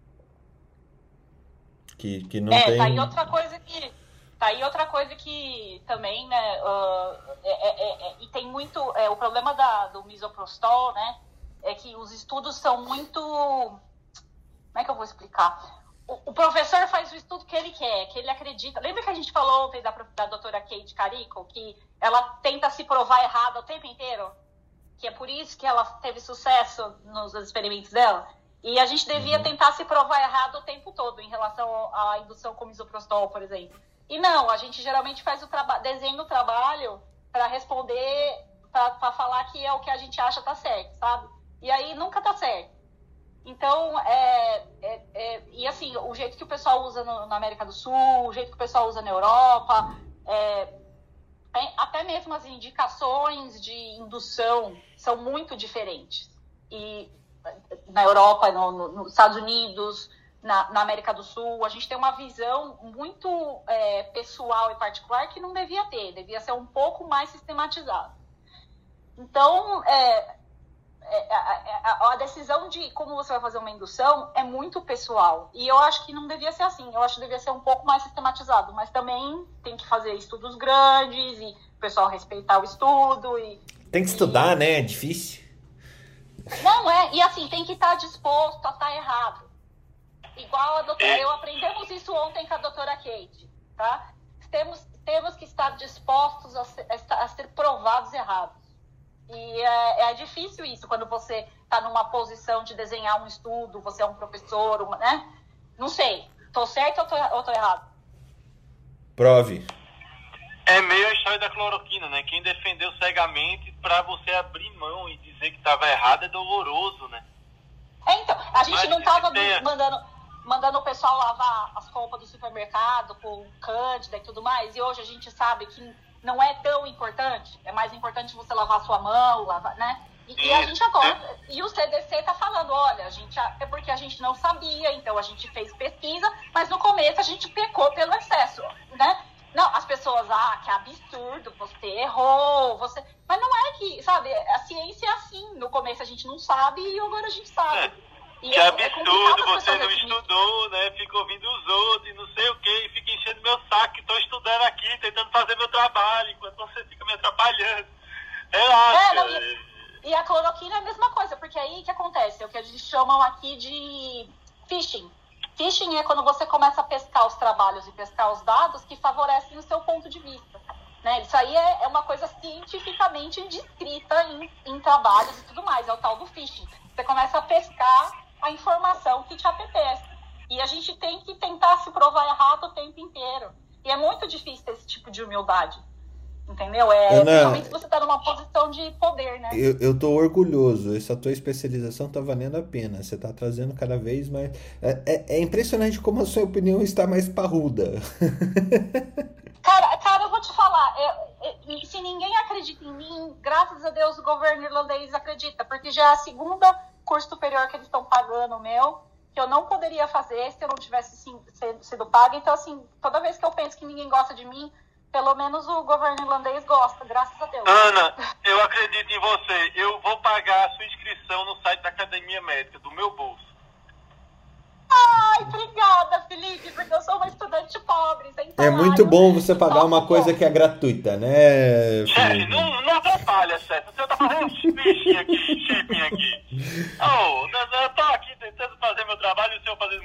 Que, que não é, tem... tá aí outra coisa que... Tá aí outra coisa que também, né... Uh, é, é, é, e tem muito... É, o problema da, do misoprostol, né? É que os estudos são muito... Como é que eu vou explicar? O, o professor faz o estudo que ele quer, que ele acredita. Lembra que a gente falou ontem da, da doutora Kate Carico, que ela tenta se provar errada o tempo inteiro? Que é por isso que ela teve sucesso nos experimentos dela? E a gente devia uhum. tentar se provar errado o tempo todo em relação à indução com misoprostol, por exemplo. E não, a gente geralmente faz o traba- desenha o trabalho para responder, para falar que é o que a gente acha tá certo, sabe? E aí nunca tá certo. Então, é, é, é, e assim, o jeito que o pessoal usa no, na América do Sul, o jeito que o pessoal usa na Europa, é, é, até mesmo as indicações de indução são muito diferentes. E na Europa, no, no, nos Estados Unidos, na, na América do Sul, a gente tem uma visão muito é, pessoal e particular que não devia ter, devia ser um pouco mais sistematizado. Então, é, a decisão de como você vai fazer uma indução é muito pessoal. E eu acho que não devia ser assim. Eu acho que devia ser um pouco mais sistematizado. Mas também tem que fazer estudos grandes e o pessoal respeitar o estudo. E, tem que estudar, e... né? É difícil. Não, é. E assim, tem que estar disposto a estar errado. Igual a doutora... Eu aprendemos isso ontem com a doutora Kate, tá? Temos, temos que estar dispostos a ser, a ser provados errados. E é, é difícil isso, quando você está numa posição de desenhar um estudo, você é um professor, uma, né? eu tô errado? Prove. É meio a história da cloroquina, né? Quem defendeu cegamente pra você abrir mão e dizer que tava errado é doloroso, né? É, então, a gente Mas não tava tem- mandando, mandando o pessoal lavar as roupas do supermercado com cândida e tudo mais, e hoje a gente sabe que não é tão importante, é mais importante você lavar a sua mão, lavar, né? E, e a gente agora, e o C D C tá falando, olha, a gente, é porque a gente não sabia, então a gente fez pesquisa, mas no começo a gente pecou pelo excesso, né? Não, as pessoas, ah, que absurdo, você errou, você... Mas não é que, sabe, a ciência é assim, no começo a gente não sabe e agora a gente sabe. É. E Que é- é absurdo, complicado as você pessoas não admitirem. estudou, né? Fica ouvindo os outros e não sei o quê, e fica enchendo meu saco, que tô estudando aqui, tentando fazer meu trabalho, enquanto você fica me atrapalhando. Relaxa. É, não, e, e a cloroquina é a mesma coisa, porque aí o que acontece? É o que eles chamam aqui de phishing. Phishing é quando você começa a pescar os trabalhos e pescar os dados que favorecem o seu ponto de vista. Né? Isso aí é, é uma coisa cientificamente descrita em, em trabalhos e tudo mais, é o tal do phishing. Você começa a pescar a informação que te apetece. E a gente tem que tentar se provar errado o tempo inteiro. E é muito difícil ter esse tipo de humildade. Entendeu? É, Ana, principalmente se você está numa posição de poder, né? Eu, eu tô orgulhoso, essa tua especialização tá valendo a pena. Você tá trazendo cada vez mais. É, é, é impressionante como a sua opinião está mais parruda. Cara, cara, eu vou te falar, é, é, se ninguém acredita em mim, graças a Deus o governo irlandês acredita, porque já é a segunda curso superior que eles estão pagando o meu, que eu não poderia fazer se eu não tivesse sim, sido, sido paga. Então, assim, toda vez que eu penso que ninguém gosta de mim, pelo menos o governo irlandês gosta, graças a Deus. Ana, eu acredito em você. Eu vou pagar a sua inscrição no site da Academia Médica, do meu bolso. Ai, obrigada, Felipe, porque eu sou uma estudante pobre, sem É salário. muito bom você pagar Só uma que, coisa que é gratuita, né, Chefe, Felipe? não, não atrapalha, chefe. Você tá fazendo shipping aqui, shipping aqui. Oh, eu tô aqui tentando fazer meu trabalho e o senhor fazendo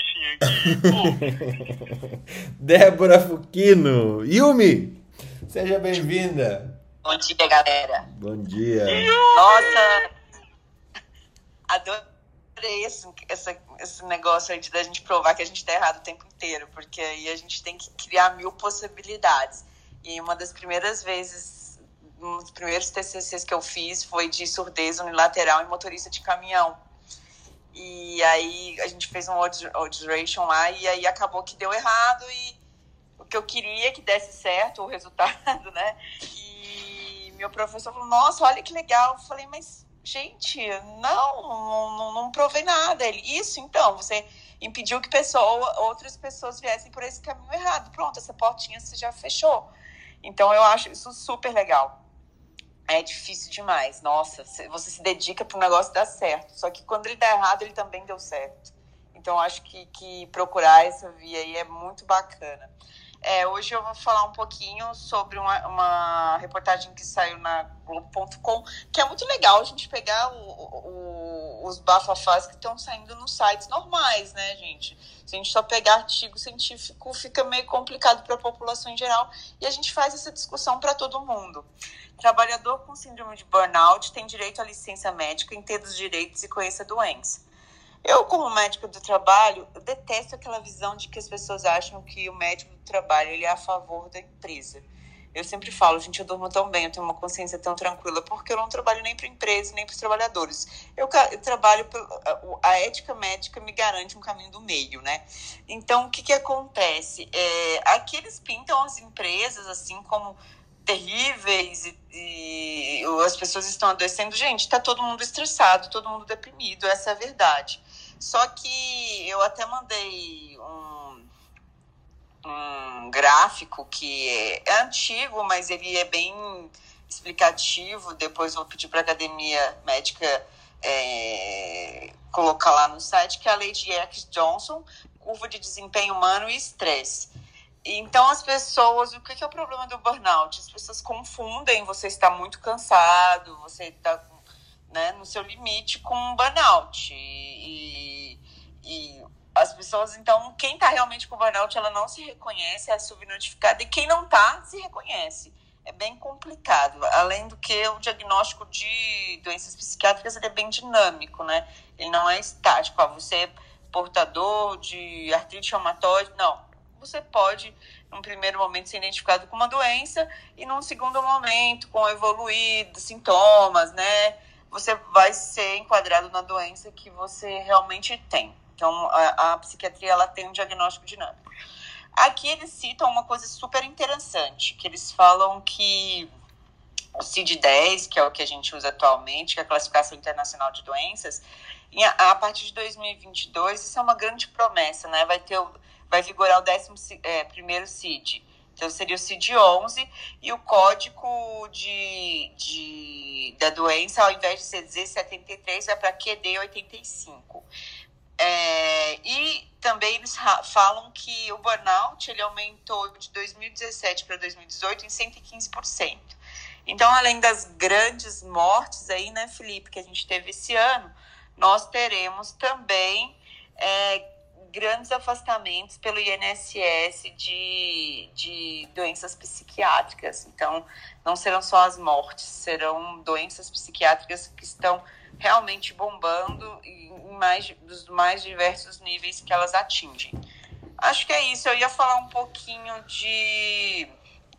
phishing aqui. Pô. Débora Fuquino. Yumi, seja bem-vinda. Bom dia, galera. Bom dia. Nossa, adorei esse, esse, esse negócio aí de da gente provar que a gente tá errado o tempo inteiro, porque aí a gente tem que criar mil possibilidades. E uma das primeiras vezes, um dos primeiros T C Cs que eu fiz foi de surdez unilateral em motorista de caminhão. E aí a gente fez um observation lá e aí acabou que deu errado e o que eu queria que desse certo o resultado, né? E meu professor falou, nossa, olha que legal. Eu falei, mas, gente, não, não, não provei nada. Ele, isso, então, você impediu que pessoa, outras pessoas viessem por esse caminho errado. Pronto, essa portinha você já fechou. Então, eu acho isso super legal. É difícil demais. Nossa, você se dedica para o negócio dar certo. Só que quando ele dá errado, ele também deu certo. Então, eu acho que, que procurar essa via aí é muito bacana. É, hoje eu vou falar um pouquinho sobre uma, uma reportagem que saiu na Globo ponto com, que é muito legal a gente pegar o, o, os bafafás que estão saindo nos sites normais, né, gente? Se a gente só pegar artigo científico, fica meio complicado para a população em geral, e a gente faz essa discussão para todo mundo. Trabalhador com síndrome de burnout tem direito à licença médica, entenda os direitos e conheça a doença. Eu, como médica do trabalho, eu detesto aquela visão de que as pessoas acham que o médico do trabalho ele é a favor da empresa. Eu sempre falo, gente, eu durmo tão bem, eu tenho uma consciência tão tranquila, porque eu não trabalho nem para a empresa, nem para os trabalhadores. Eu, eu trabalho, a ética médica me garante um caminho do meio, né? Então, o que que acontece? É, aqui eles pintam as empresas, assim, como terríveis e, e as pessoas estão adoecendo. Gente, está todo mundo estressado, todo mundo deprimido, essa é a verdade. Só que eu até mandei um, um gráfico que é, é antigo, mas ele é bem explicativo. Depois vou pedir para a Academia Médica é, colocar lá no site, que é a lei de Atkins-Johnson, curva de desempenho humano e estresse. Então, as pessoas, o que é o problema do burnout? As pessoas confundem você está muito cansado, você está, né, no seu limite com um burnout. E, e as pessoas, então, quem está realmente com burnout, ela não se reconhece, é subnotificada, e quem não está, se reconhece. É bem complicado. Além do que o diagnóstico de doenças psiquiátricas ele é bem dinâmico, né? Ele não é estático. Ah, você é portador de artrite reumatoide, não. você pode, num primeiro momento, ser identificado com uma doença e num segundo momento, com evoluídos, sintomas, né, você vai ser enquadrado na doença que você realmente tem. Então, a, a psiquiatria, ela tem um diagnóstico dinâmico. Aqui eles citam uma coisa super interessante, que eles falam que o C I D dez, que é o que a gente usa atualmente, que é a Classificação Internacional de Doenças, a partir de dois mil e vinte e dois, isso é uma grande promessa, né? Vai, ter o, vai vigorar o décimo primeiro C I D. Então, seria o C I D onze, e o código de, de, da doença, ao invés de ser Z setenta e três, vai para Q D oitenta e cinco. É, e também eles falam que o burnout ele aumentou de dois mil e dezessete para dois mil e dezoito em cento e quinze por cento. Então, além das grandes mortes aí, né, Felipe, que a gente teve esse ano, nós teremos também é, grandes afastamentos pelo I N S S de, de doenças psiquiátricas. Então, não serão só as mortes, serão doenças psiquiátricas que estão realmente bombando em mais, dos mais diversos níveis que elas atingem. Acho que é isso. Eu ia falar um pouquinho de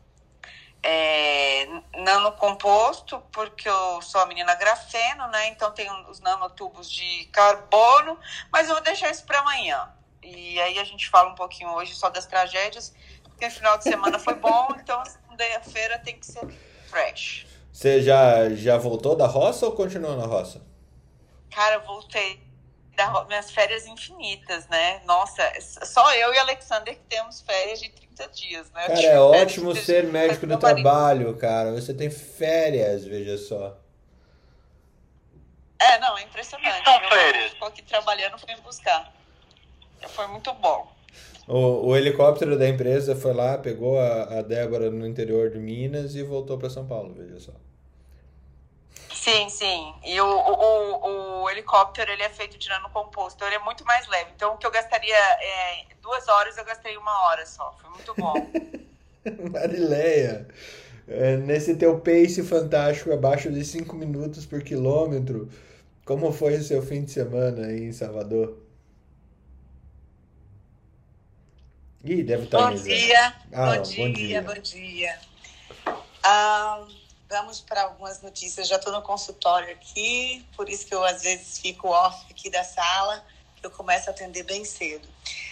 é, nanocomposto, porque eu sou a menina grafeno, né? Então tem os nanotubos de carbono, mas eu vou deixar isso para amanhã. E aí a gente fala um pouquinho hoje só das tragédias, porque o final de semana foi bom, então segunda-feira tem que ser fresh. Você já, já voltou da roça ou continua na roça? Cara, eu voltei das minhas férias infinitas, né? Nossa, só eu e o Alexander que temos férias de trinta dias, né? Cara, é ótimo ser médico do trabalho, cara. Você tem férias, veja só. É, não, é impressionante. São Meu férias. ficou aqui trabalhando, foi me buscar. Foi muito bom. O, o helicóptero da empresa foi lá, pegou a, a Débora no interior de Minas e voltou para São Paulo, veja só. Sim, sim. E o, o, o helicóptero, ele é feito de nanocomposto, ele é muito mais leve. Então, o que eu gastaria é, duas horas, eu gastei uma hora só. Foi muito bom. Marileia, nesse teu pace fantástico, abaixo de cinco minutos por quilômetro, como foi o seu fim de semana aí em Salvador? Ih, deve estar Bom mesmo. dia, Ah, bom, não, dia, bom dia, bom dia. Ah, vamos para algumas notícias. Já estou no consultório aqui, por isso que eu às vezes fico off aqui da sala, que eu começo a atender bem cedo.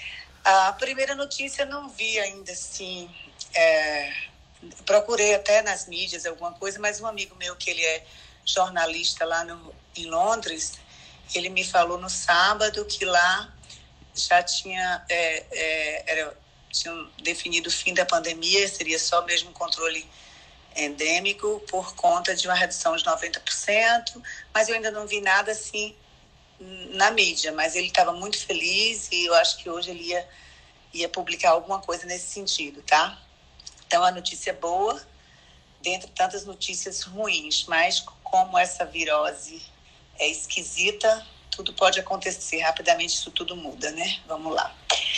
A primeira notícia eu não vi ainda assim, é, procurei até nas mídias alguma coisa, mas um amigo meu que ele é jornalista lá no, em Londres, ele me falou no sábado que lá já tinha, é, é, era, tinham definido o fim da pandemia, seria só mesmo controle endêmico por conta de uma redução de noventa por cento, mas eu ainda não vi nada assim na mídia, mas ele estava muito feliz e eu acho que hoje ele ia, ia publicar alguma coisa nesse sentido, tá? Então, a notícia boa, dentre tantas notícias ruins, mas como essa virose é esquisita, tudo pode acontecer, rapidamente isso tudo muda, né? Vamos lá.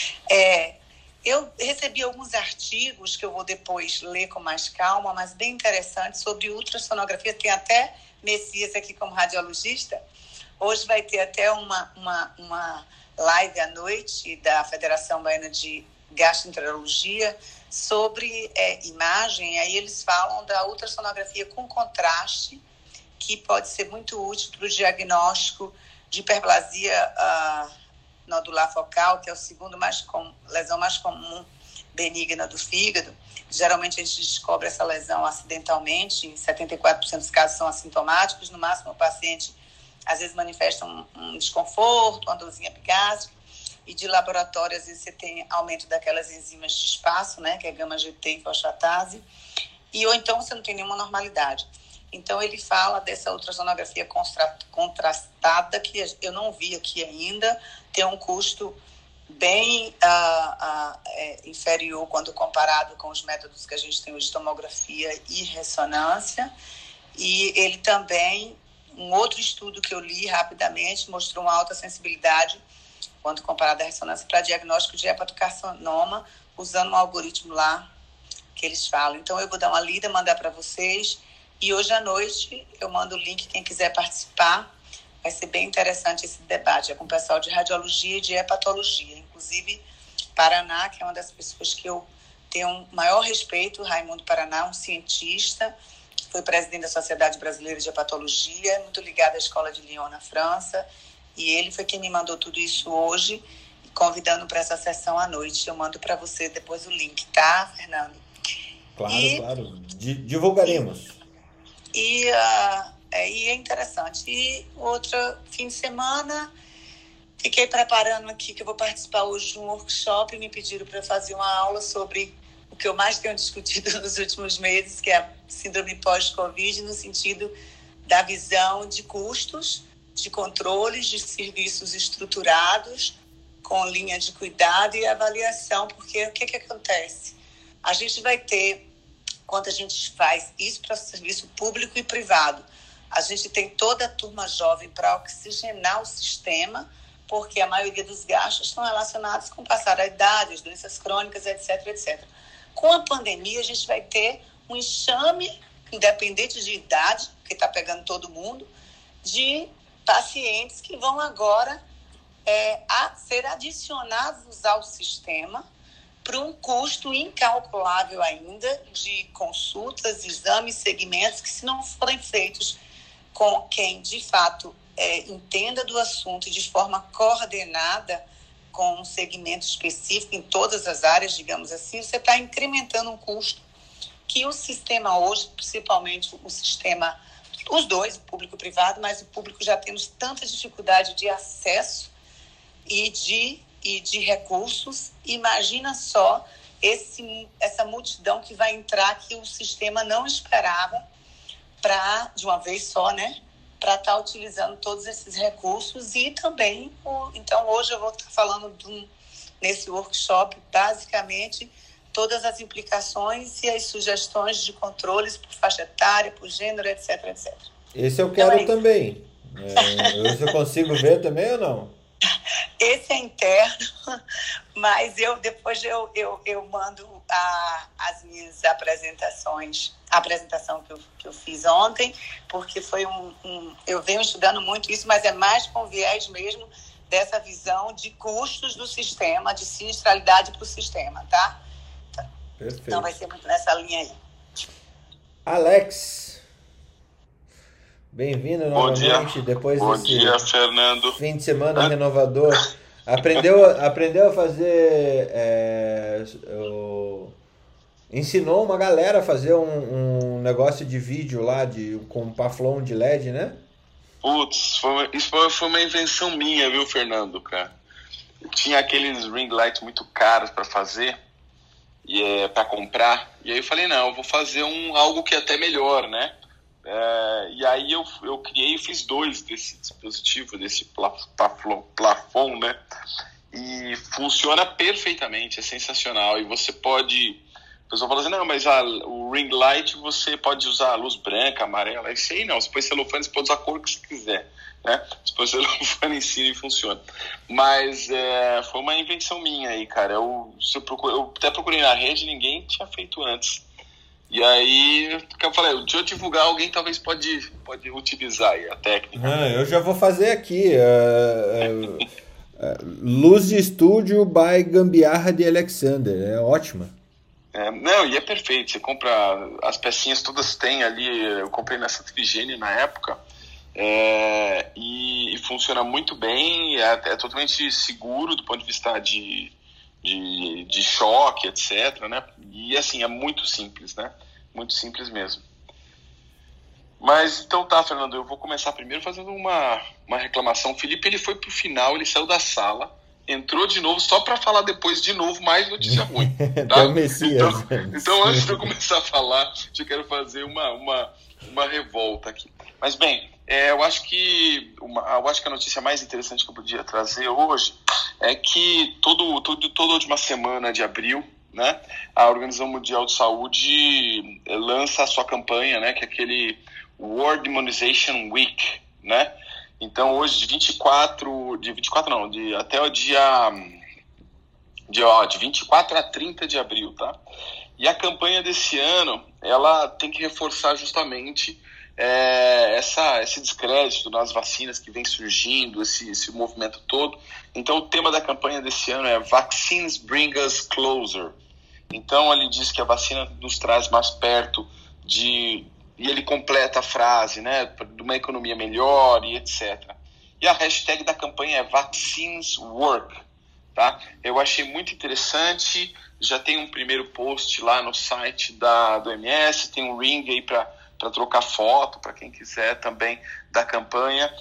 É, eu recebi alguns artigos que eu vou depois ler com mais calma, mas bem interessantes, sobre ultrassonografia. Tem até Messias aqui como radiologista. Hoje vai ter até uma, uma, uma live à noite da Federação Baiana de Gastroenterologia sobre é, imagem. Aí eles falam da ultrassonografia com contraste, que pode ser muito útil para o diagnóstico de hiperplasia uh, nodular focal, que é o segundo mais com, lesão mais comum benigna do fígado. Geralmente a gente descobre essa lesão acidentalmente, em setenta e quatro por cento dos casos são assintomáticos, no máximo o paciente às vezes manifesta um, um desconforto, uma dorzinha epigástica, e de laboratório às vezes você tem aumento daquelas enzimas de espaço, né, que é gama-G T e fosfatase, e ou então você não tem nenhuma normalidade. Então, ele fala dessa ultrassonografia contrastada, que eu não vi aqui ainda, tem um custo bem uh, uh, é, inferior quando comparado com os métodos que a gente tem hoje de tomografia e ressonância. E ele também, um outro estudo que eu li rapidamente, mostrou uma alta sensibilidade, quando comparado à ressonância, para diagnóstico de hepatocarcinoma, usando um algoritmo lá que eles falam. Então, eu vou dar uma lida, mandar para vocês. E hoje à noite eu mando o link, quem quiser participar. Vai ser bem interessante esse debate. É com o pessoal de radiologia e de hepatologia. Inclusive, Paraná, que é uma das pessoas que eu tenho um maior respeito, Raimundo Paraná, um cientista, foi presidente da Sociedade Brasileira de Hepatologia, muito ligado à Escola de Lyon, na França, e ele foi quem me mandou tudo isso hoje, convidando para essa sessão à noite. Eu mando para você depois o link, tá, Fernando? Claro, e, claro. D- divulgaremos. E, e, uh, é, e é interessante. E outro fim de semana, fiquei preparando aqui, que eu vou participar hoje de um workshop, e me pediram para fazer uma aula sobre o que eu mais tenho discutido nos últimos meses, que é a síndrome pós-Covid, no sentido da visão de custos, de controles, de serviços estruturados, com linha de cuidado e avaliação, porque o que, que acontece? A gente vai ter, quando a gente faz isso para o serviço público e privado, a gente tem toda a turma jovem para oxigenar o sistema, porque a maioria dos gastos estão relacionados com passar a idade, as doenças crônicas, etc, etcétera. Com a pandemia, a gente vai ter um enxame, independente de idade, porque está pegando todo mundo, de pacientes que vão agora é, a ser adicionados ao sistema por um custo incalculável ainda de consultas, exames, segmentos, que se não forem feitos com quem, de fato, é, entenda do assunto e de forma coordenada, com um segmento específico em todas as áreas, digamos assim, você está incrementando um custo que o sistema hoje, principalmente o sistema, os dois, o público e o privado, mas o público já temos tanta dificuldade de acesso e de, e de recursos. Imagina só esse, essa multidão que vai entrar, que o sistema não esperava, para, de uma vez só, né? Para estar tá utilizando todos esses recursos. E também, o, então hoje eu vou estar tá falando de um, nesse workshop, basicamente, todas as implicações e as sugestões de controles por faixa etária, por gênero, etc, etcétera. Esse eu quero então, é também. É, esse eu consigo ver também ou não? Esse é interno, mas eu depois eu, eu, eu mando a, as minhas apresentações, a apresentação que eu, que eu fiz ontem, porque foi um, um... Eu venho estudando muito isso, mas é mais com viés mesmo dessa visão de custos do sistema, de sinistralidade para o sistema, tá? Perfeito. Então vai ser muito nessa linha aí. Alex, bem-vindo Bom novamente dia. depois Bom desse dia, Fernando. fim de semana renovador. Aprendeu, aprendeu a fazer, é, o, ensinou uma galera a fazer um, um negócio de vídeo lá de, com Paflon de L E D, né? Putz, foi, isso foi, foi uma invenção minha, viu, Fernando, cara? Eu tinha aqueles ring lights muito caros para fazer, e é, para comprar, e aí eu falei, não, eu vou fazer um, algo que é até melhor, né? É, e aí eu, eu criei e fiz dois desse dispositivo, desse plafon, plafon, né? E funciona perfeitamente, é sensacional. E você pode... O pessoal fala assim, não, mas a, o ring light você pode usar luz branca, amarela. Isso aí não, você põe celofane, você pode usar a cor que você quiser, né? Você põe celofane em cima e funciona. Mas é, foi uma invenção minha aí, cara. Eu, eu, procure, eu até procurei na rede, ninguém tinha feito antes. E aí, eu falei, deixa eu divulgar, alguém talvez pode, pode utilizar aí a técnica. Ah, eu já vou fazer aqui. Uh, uh, uh, Luz de Estúdio by Gambiarra de Alexander. É ótima. É, não, e é perfeito. Você compra, as pecinhas todas tem ali. Eu comprei nessa Trigênia na época. É, e, e funciona muito bem. É, é totalmente seguro do ponto de vista de... De, de choque, etcétera, né? E assim, é muito simples, né? Muito simples mesmo. Mas então tá, Fernando, eu vou começar primeiro fazendo uma, uma reclamação. O Felipe, ele foi pro final, ele saiu da sala, entrou de novo só para falar depois de novo mais notícia ruim. Tá? o Messias. Então, então, antes de eu começar a falar, eu quero fazer uma, uma, uma revolta aqui. Mas bem, é, eu acho que uma, eu acho que a notícia mais interessante que eu podia trazer hoje é que todo, todo, toda última semana de abril, né, a Organização Mundial de Saúde lança a sua campanha, né, que é aquele World Immunization Week, né? Então hoje de vinte e quatro, de vinte e quatro não, de até o dia de, ó, de vinte e quatro a trinta de abril, tá? E a campanha desse ano, ela tem que reforçar justamente é, essa, esse descrédito nas vacinas que vem surgindo, esse, esse movimento todo. Então, o tema da campanha desse ano é Vaccines Bring Us Closer. Então, ele diz que a vacina nos traz mais perto de... E ele completa a frase, né? De uma economia melhor e etcétera. E a hashtag da campanha é Vaccines Work. Tá? Eu achei muito interessante. Já tem um primeiro post lá no site da, do O M S. Tem um ring aí para trocar foto, para quem quiser também, da campanha.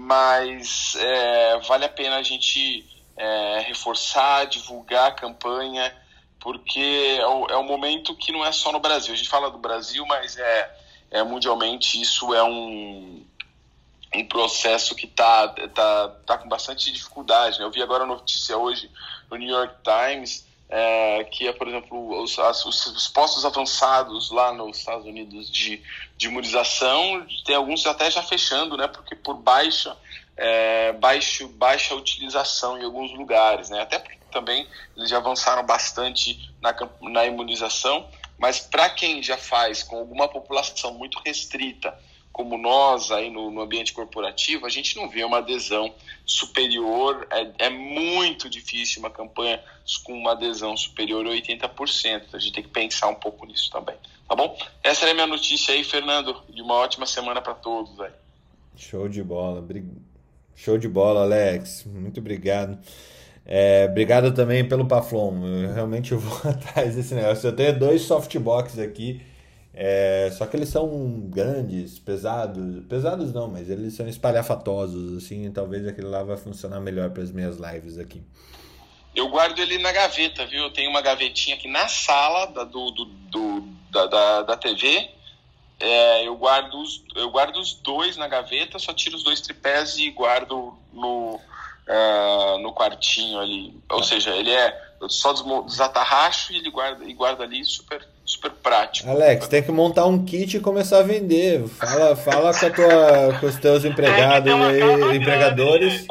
Mas é, vale a pena a gente é, reforçar, divulgar a campanha, porque é o, é um momento que não é só no Brasil. A gente fala do Brasil, mas é, é mundialmente isso é um, um processo que está tá, tá com bastante dificuldade, né? Eu vi agora a notícia hoje no New York Times, é, que é, por exemplo, os, as, os, os postos avançados lá nos Estados Unidos de, de imunização, tem alguns até já fechando, né? Porque por baixa, é, baixo, baixa utilização em alguns lugares, né? Até porque também eles já avançaram bastante na, na imunização, mas para quem já faz com alguma população muito restrita, como nós aí no, no ambiente corporativo, a gente não vê uma adesão superior, é, é muito difícil uma campanha com uma adesão superior a oitenta por cento, a gente tem que pensar um pouco nisso também, tá bom? Essa é a minha notícia aí, Fernando, de uma ótima semana para todos aí. Show de bola, show de bola, Alex, muito obrigado. É, obrigado também pelo Paflon, eu realmente vou atrás desse negócio. Eu tenho dois softbox aqui, é, só que eles são grandes, pesados, pesados não, mas eles são espalhafatosos, assim, e talvez aquele lá vai funcionar melhor para as minhas lives aqui. Eu guardo ele na gaveta, viu? Eu tenho uma gavetinha aqui na sala da, do, do, do, da, da, da T V, é, eu, guardo os, eu guardo os dois na gaveta, só tiro os dois tripés e guardo no... Uh, no quartinho ali, ou seja, ele é só desatarracho e ele guarda, e guarda ali super, super prático. Alex, tem que montar um kit e começar a vender. Fala, fala com, a tua, com os teus empregados e empregadores.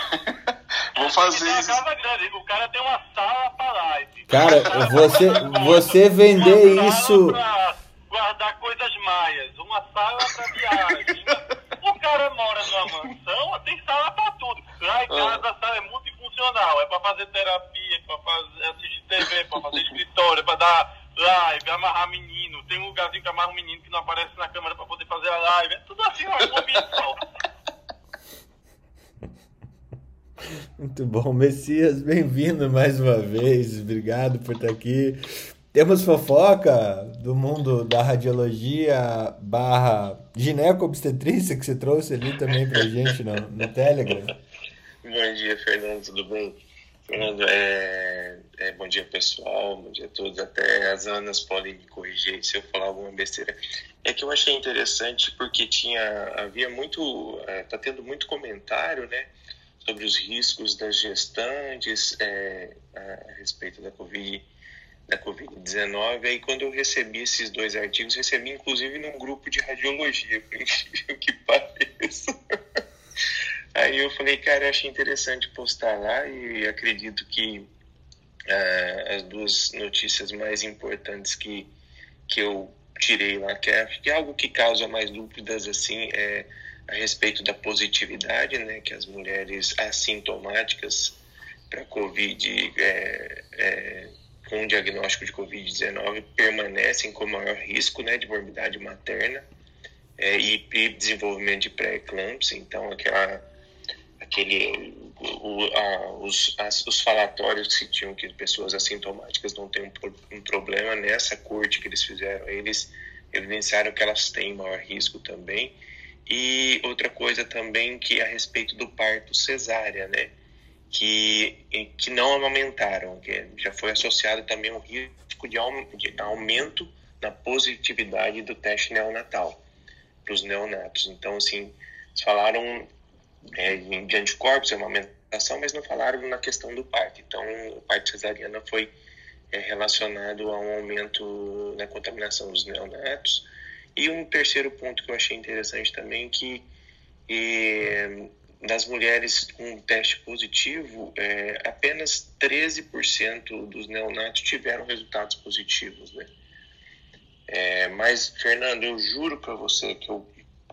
Vou fazer isso. O cara tem uma sala para live. Cara, você, você vender isso. Pra guardar coisas maias, uma sala para viagem. O cara mora numa mansão, tem sala pra tudo. Lá em casa a sala é multifuncional. É pra fazer terapia, pra fazer, assistir T V, pra fazer escritório, pra dar live, amarrar menino. Tem um lugarzinho que amarra um menino que não aparece na câmera pra poder fazer a live. É tudo assim, ó, um ambiente só. Muito bom, Messias, bem-vindo mais uma vez. Obrigado por estar aqui. Temos fofoca do mundo da radiologia barra gineco-obstetrícia que você trouxe ali também pra gente no, no Telegram. Bom dia, Fernando, tudo bem? Fernando, é, é, bom dia, pessoal, bom dia a todos. Até as Anas podem me corrigir se eu falar alguma besteira. É que eu achei interessante porque tinha, havia muito, é, tá tendo muito comentário, né, sobre os riscos das gestantes é, a respeito da Covid da covid dezenove, aí quando eu recebi esses dois artigos, recebi inclusive num grupo de radiologia, por incrível que pareça. Aí eu falei, cara, eu achei interessante postar lá e acredito que uh, as duas notícias mais importantes que, que eu tirei lá, que é, que é algo que causa mais dúvidas, assim, é a respeito da positividade, né, que as mulheres assintomáticas para Covid é, é, com o diagnóstico de covid dezenove permanecem com maior risco, né, de morbidade materna é, e, e desenvolvimento de pré-eclâmpsia. Então, aquela, aquele, o, a, os, as, os falatórios que se tinham que pessoas assintomáticas não têm um, um problema, nessa corte que eles fizeram, eles evidenciaram que elas têm maior risco também. E outra coisa também que é a respeito do parto cesárea, né? Que, que não amamentaram, que já foi associado também um risco de aumento na positividade do teste neonatal para os neonatos. Então, assim, eles falaram é, de anticorpos, amamentação, mas não falaram na questão do parto. Então, o parto cesariana foi é, relacionado a um aumento na contaminação dos neonatos. E um terceiro ponto que eu achei interessante também, que e, das mulheres com teste positivo, é, apenas treze por cento dos neonatos tiveram resultados positivos, né? É, mas, Fernando, eu juro para você que eu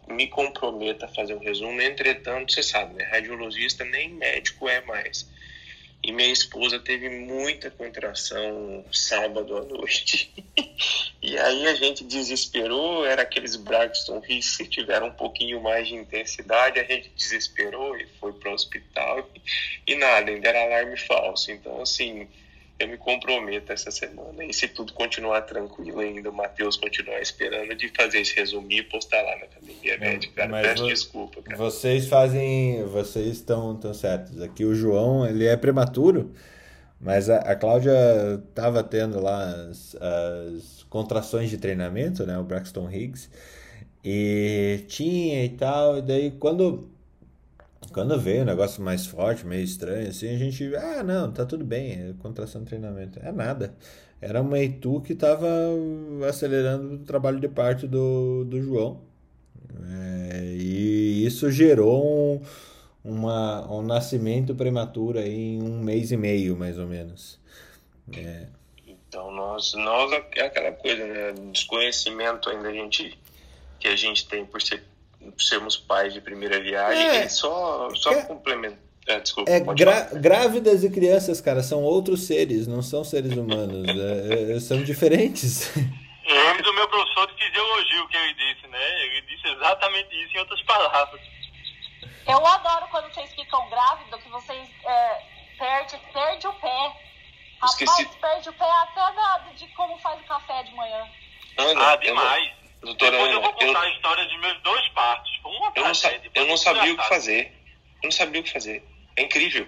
me comprometo a fazer um resumo. Entretanto, você sabe, né? Radiologista nem médico é mais. E minha esposa teve muita contração sábado à noite. E aí a gente desesperou, era aqueles Braxton Hicks que tiveram um pouquinho mais de intensidade, a gente desesperou e foi para o hospital. E nada, ainda era alarme falso. Então, assim, eu me comprometo essa semana. E se tudo continuar tranquilo ainda, o Matheus continuar esperando, de fazer esse resumir e postar lá na Academia Médica. Cara, Mas peço vo- desculpa, cara. Vocês fazem. Vocês estão tão certos. Aqui o João, ele é prematuro, mas a, a Cláudia estava tendo lá as, as contrações de treinamento, né? O Braxton Hicks. E tinha e tal. E daí quando. Quando veio um negócio mais forte, meio estranho, assim, a gente, ah, não, tá tudo bem, é contração de treinamento. É nada. Era uma Itu que tava acelerando o trabalho de parto do, do João. É, e isso gerou um, uma, um nascimento prematuro aí em um mês e meio, mais ou menos. É, Então, nós, nós, é aquela coisa, né? Desconhecimento ainda a gente, que a gente tem por, ser, por sermos pais de primeira viagem, É. e só, só É. complementar. É, desculpa, é pode gra- falar. grávidas e crianças, cara, são outros seres, não são seres humanos. É, é, são diferentes. Eu lembro do meu professor de fisiologia, o que ele disse, né? Ele disse exatamente isso em outras palavras. Eu adoro quando vocês ficam grávidos, que vocês é, perde, perde o pé. Rapaz, Esqueci. perde o pé até da, de como faz o café de manhã. Ana, Ah, eu demais. não- doutora Depois eu Ana, vou contar eu, a história de meus dois partos. Foi uma eu, não, sa- tragédia. eu não Foi sabia o que engraçado. fazer. Eu não sabia o que fazer. É incrível.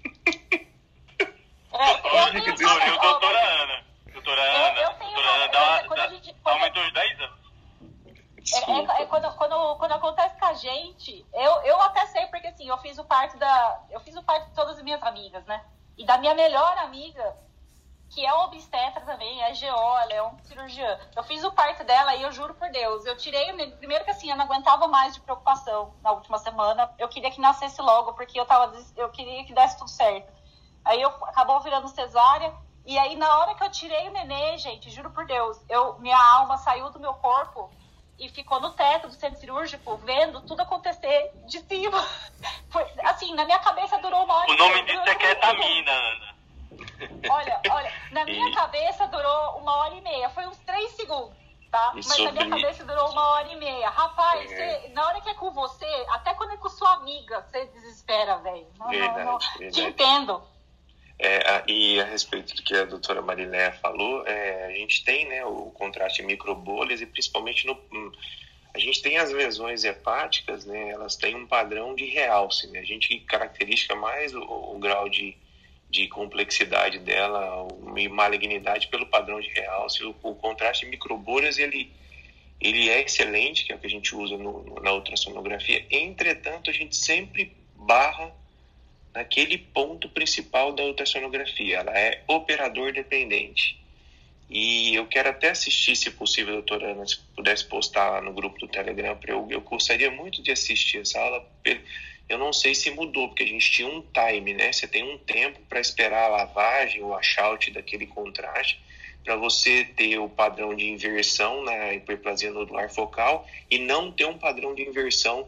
É, eu tenho Doutora, eu, ó, doutora Ana. Doutora Eu- Ana. eu tenho doutora uma- Ana, dá, quando dá, a gente- quando- aumentou uns dez anos. É, Desculpa. é- é quando, quando, quando acontece com a gente, eu, eu até sei, porque assim, eu fiz o parto da. Eu fiz o parto de todas as minhas amigas, né? E da minha melhor amiga, que é obstetra também, é G O, ela é um cirurgiã. Eu fiz o parto dela e eu juro por Deus, eu tirei, primeiro que assim, eu não aguentava mais de preocupação na última semana, eu queria que nascesse logo, porque eu, tava, eu queria que desse tudo certo. Aí eu acabou virando cesárea, e aí na hora que eu tirei o nenê, gente, juro por Deus, eu, minha alma saiu do meu corpo e ficou no teto do centro cirúrgico, vendo tudo acontecer de cima. Foi, assim, na minha cabeça durou uma hora O e nome meia, disso durou é ketamina, Ana. Olha, olha, na minha E- cabeça durou uma hora e meia, foi uns três segundos, tá? E Mas na minha sobre- cabeça durou uma hora e meia. Rapaz, É. você- na hora que é com você, até quando é com sua amiga, você desespera, velho. Não, não, Verdade, não. verdade. Te entendo. É, a- e a respeito do que a doutora Mariléia falou, é, a gente tem, né, o contraste em microbolhas e principalmente no... hum, a gente tem as lesões hepáticas, né, elas têm um padrão de realce, né, a gente caracteriza mais o, o grau de, de complexidade dela o- e malignidade pelo padrão de realce. O, o contraste em microbolhas, ele, ele é excelente, que é o que a gente usa no, no- na ultrassonografia. Entretanto, a gente sempre barra naquele ponto principal da ultrassonografia. Ela é operador dependente. E eu quero até assistir, se possível, doutora Ana, se pudesse postar lá no grupo do Telegram, pra eu, eu gostaria muito de assistir essa aula. Eu não sei se mudou, porque a gente tinha um time, né? Você tem um tempo para esperar a lavagem, o washout daquele contraste, para você ter o padrão de inversão na hiperplasia nodular focal e não ter um padrão de inversão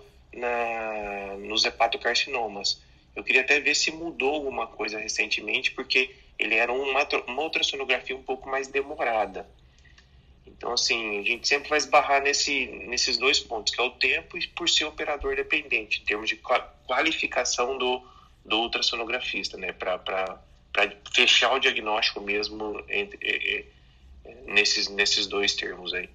na, nos hepatocarcinomas. Eu queria até ver se mudou alguma coisa recentemente, porque ele era uma, uma ultrassonografia um pouco mais demorada. Então, assim, a gente sempre vai esbarrar nesse, nesses dois pontos, que é o tempo e por ser operador dependente, em termos de qualificação do, do ultrassonografista, né, para fechar o diagnóstico mesmo entre, nesses, nesses dois termos aí.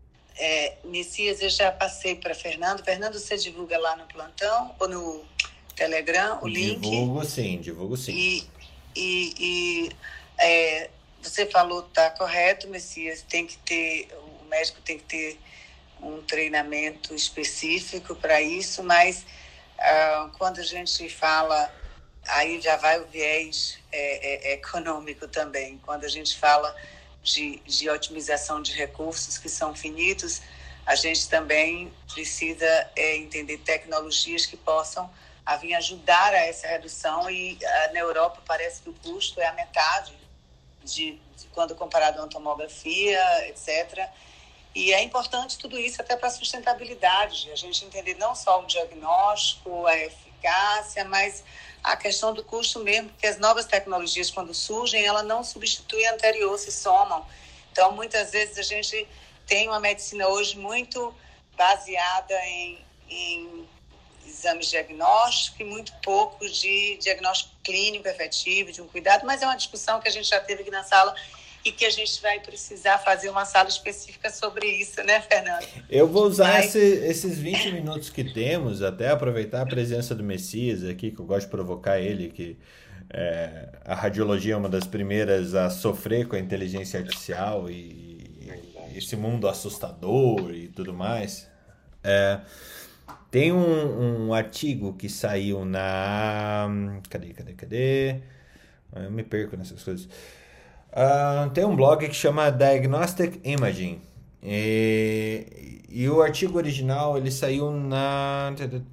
É, Messias, eu já passei para Fernando. Fernando, você divulga lá no plantão ou no Telegram o link? Divulgo sim, divulgo sim. E, e, e é, você falou, tá correto, Messias, tem que ter, o médico tem que ter um treinamento específico para isso, mas ah, quando a gente fala, aí já vai o viés é, é, econômico também, quando a gente fala de, de otimização de recursos que são finitos, a gente também precisa é, entender tecnologias que possam a vir ajudar a essa redução, e a, na Europa parece que o custo é a metade de, de quando comparado a uma tomografia, etcétera. E é importante tudo isso até para a sustentabilidade, a gente entender não só o diagnóstico, a eficácia, mas a questão do custo mesmo, porque as novas tecnologias, quando surgem, ela não substitui a anterior, se somam. Então, muitas vezes, a gente tem uma medicina hoje muito baseada em, em exames diagnósticos e muito pouco de diagnóstico clínico efetivo, de um cuidado, mas é uma discussão que a gente já teve aqui na sala e que a gente vai precisar fazer uma sala específica sobre isso, né, Fernando? Eu vou usar Mas... esse, esses vinte minutos que temos, até aproveitar a presença do Messias aqui, que eu gosto de provocar ele, que é, a radiologia é uma das primeiras a sofrer com a inteligência artificial e, e esse mundo assustador e tudo mais. É, tem um, um artigo que saiu na... Cadê, cadê, cadê? Eu me perco nessas coisas. Uh, tem um blog que chama Diagnostic Imaging e, e o artigo original ele saiu na,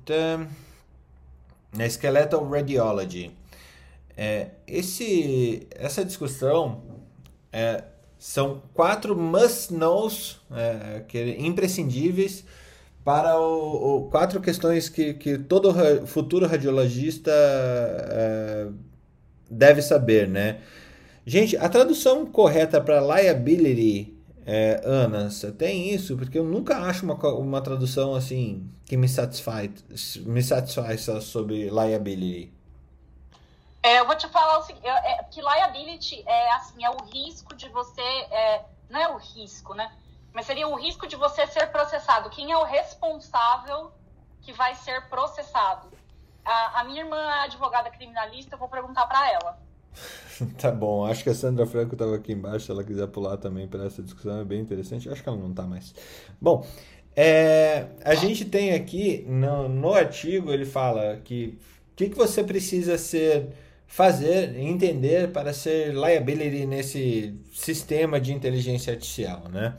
na Skeletal Radiology. É, esse, essa discussão é, são quatro must-knows é, que, imprescindíveis para o, o, quatro questões que, que todo ra, futuro radiologista é, deve saber, né? Gente, a tradução correta para liability, é, Ana, você tem isso? Porque eu nunca acho uma, uma tradução assim que me satisfaz, me satisfaz sobre liability. É, eu vou te falar o seguinte, é, que liability é assim, é o risco de você, é, não é o risco, né? Mas seria o risco de você ser processado. Quem é o responsável que vai ser processado? A, a minha irmã é advogada criminalista, eu vou perguntar para ela. Tá bom, acho que a Sandra Franco estava aqui embaixo, se ela quiser pular também para essa discussão, é bem interessante. Acho que ela não está mais. Bom, é, a gente tem aqui no, no artigo, ele fala que o que, que você precisa ser, fazer, entender para ser liability nesse sistema de inteligência artificial, né?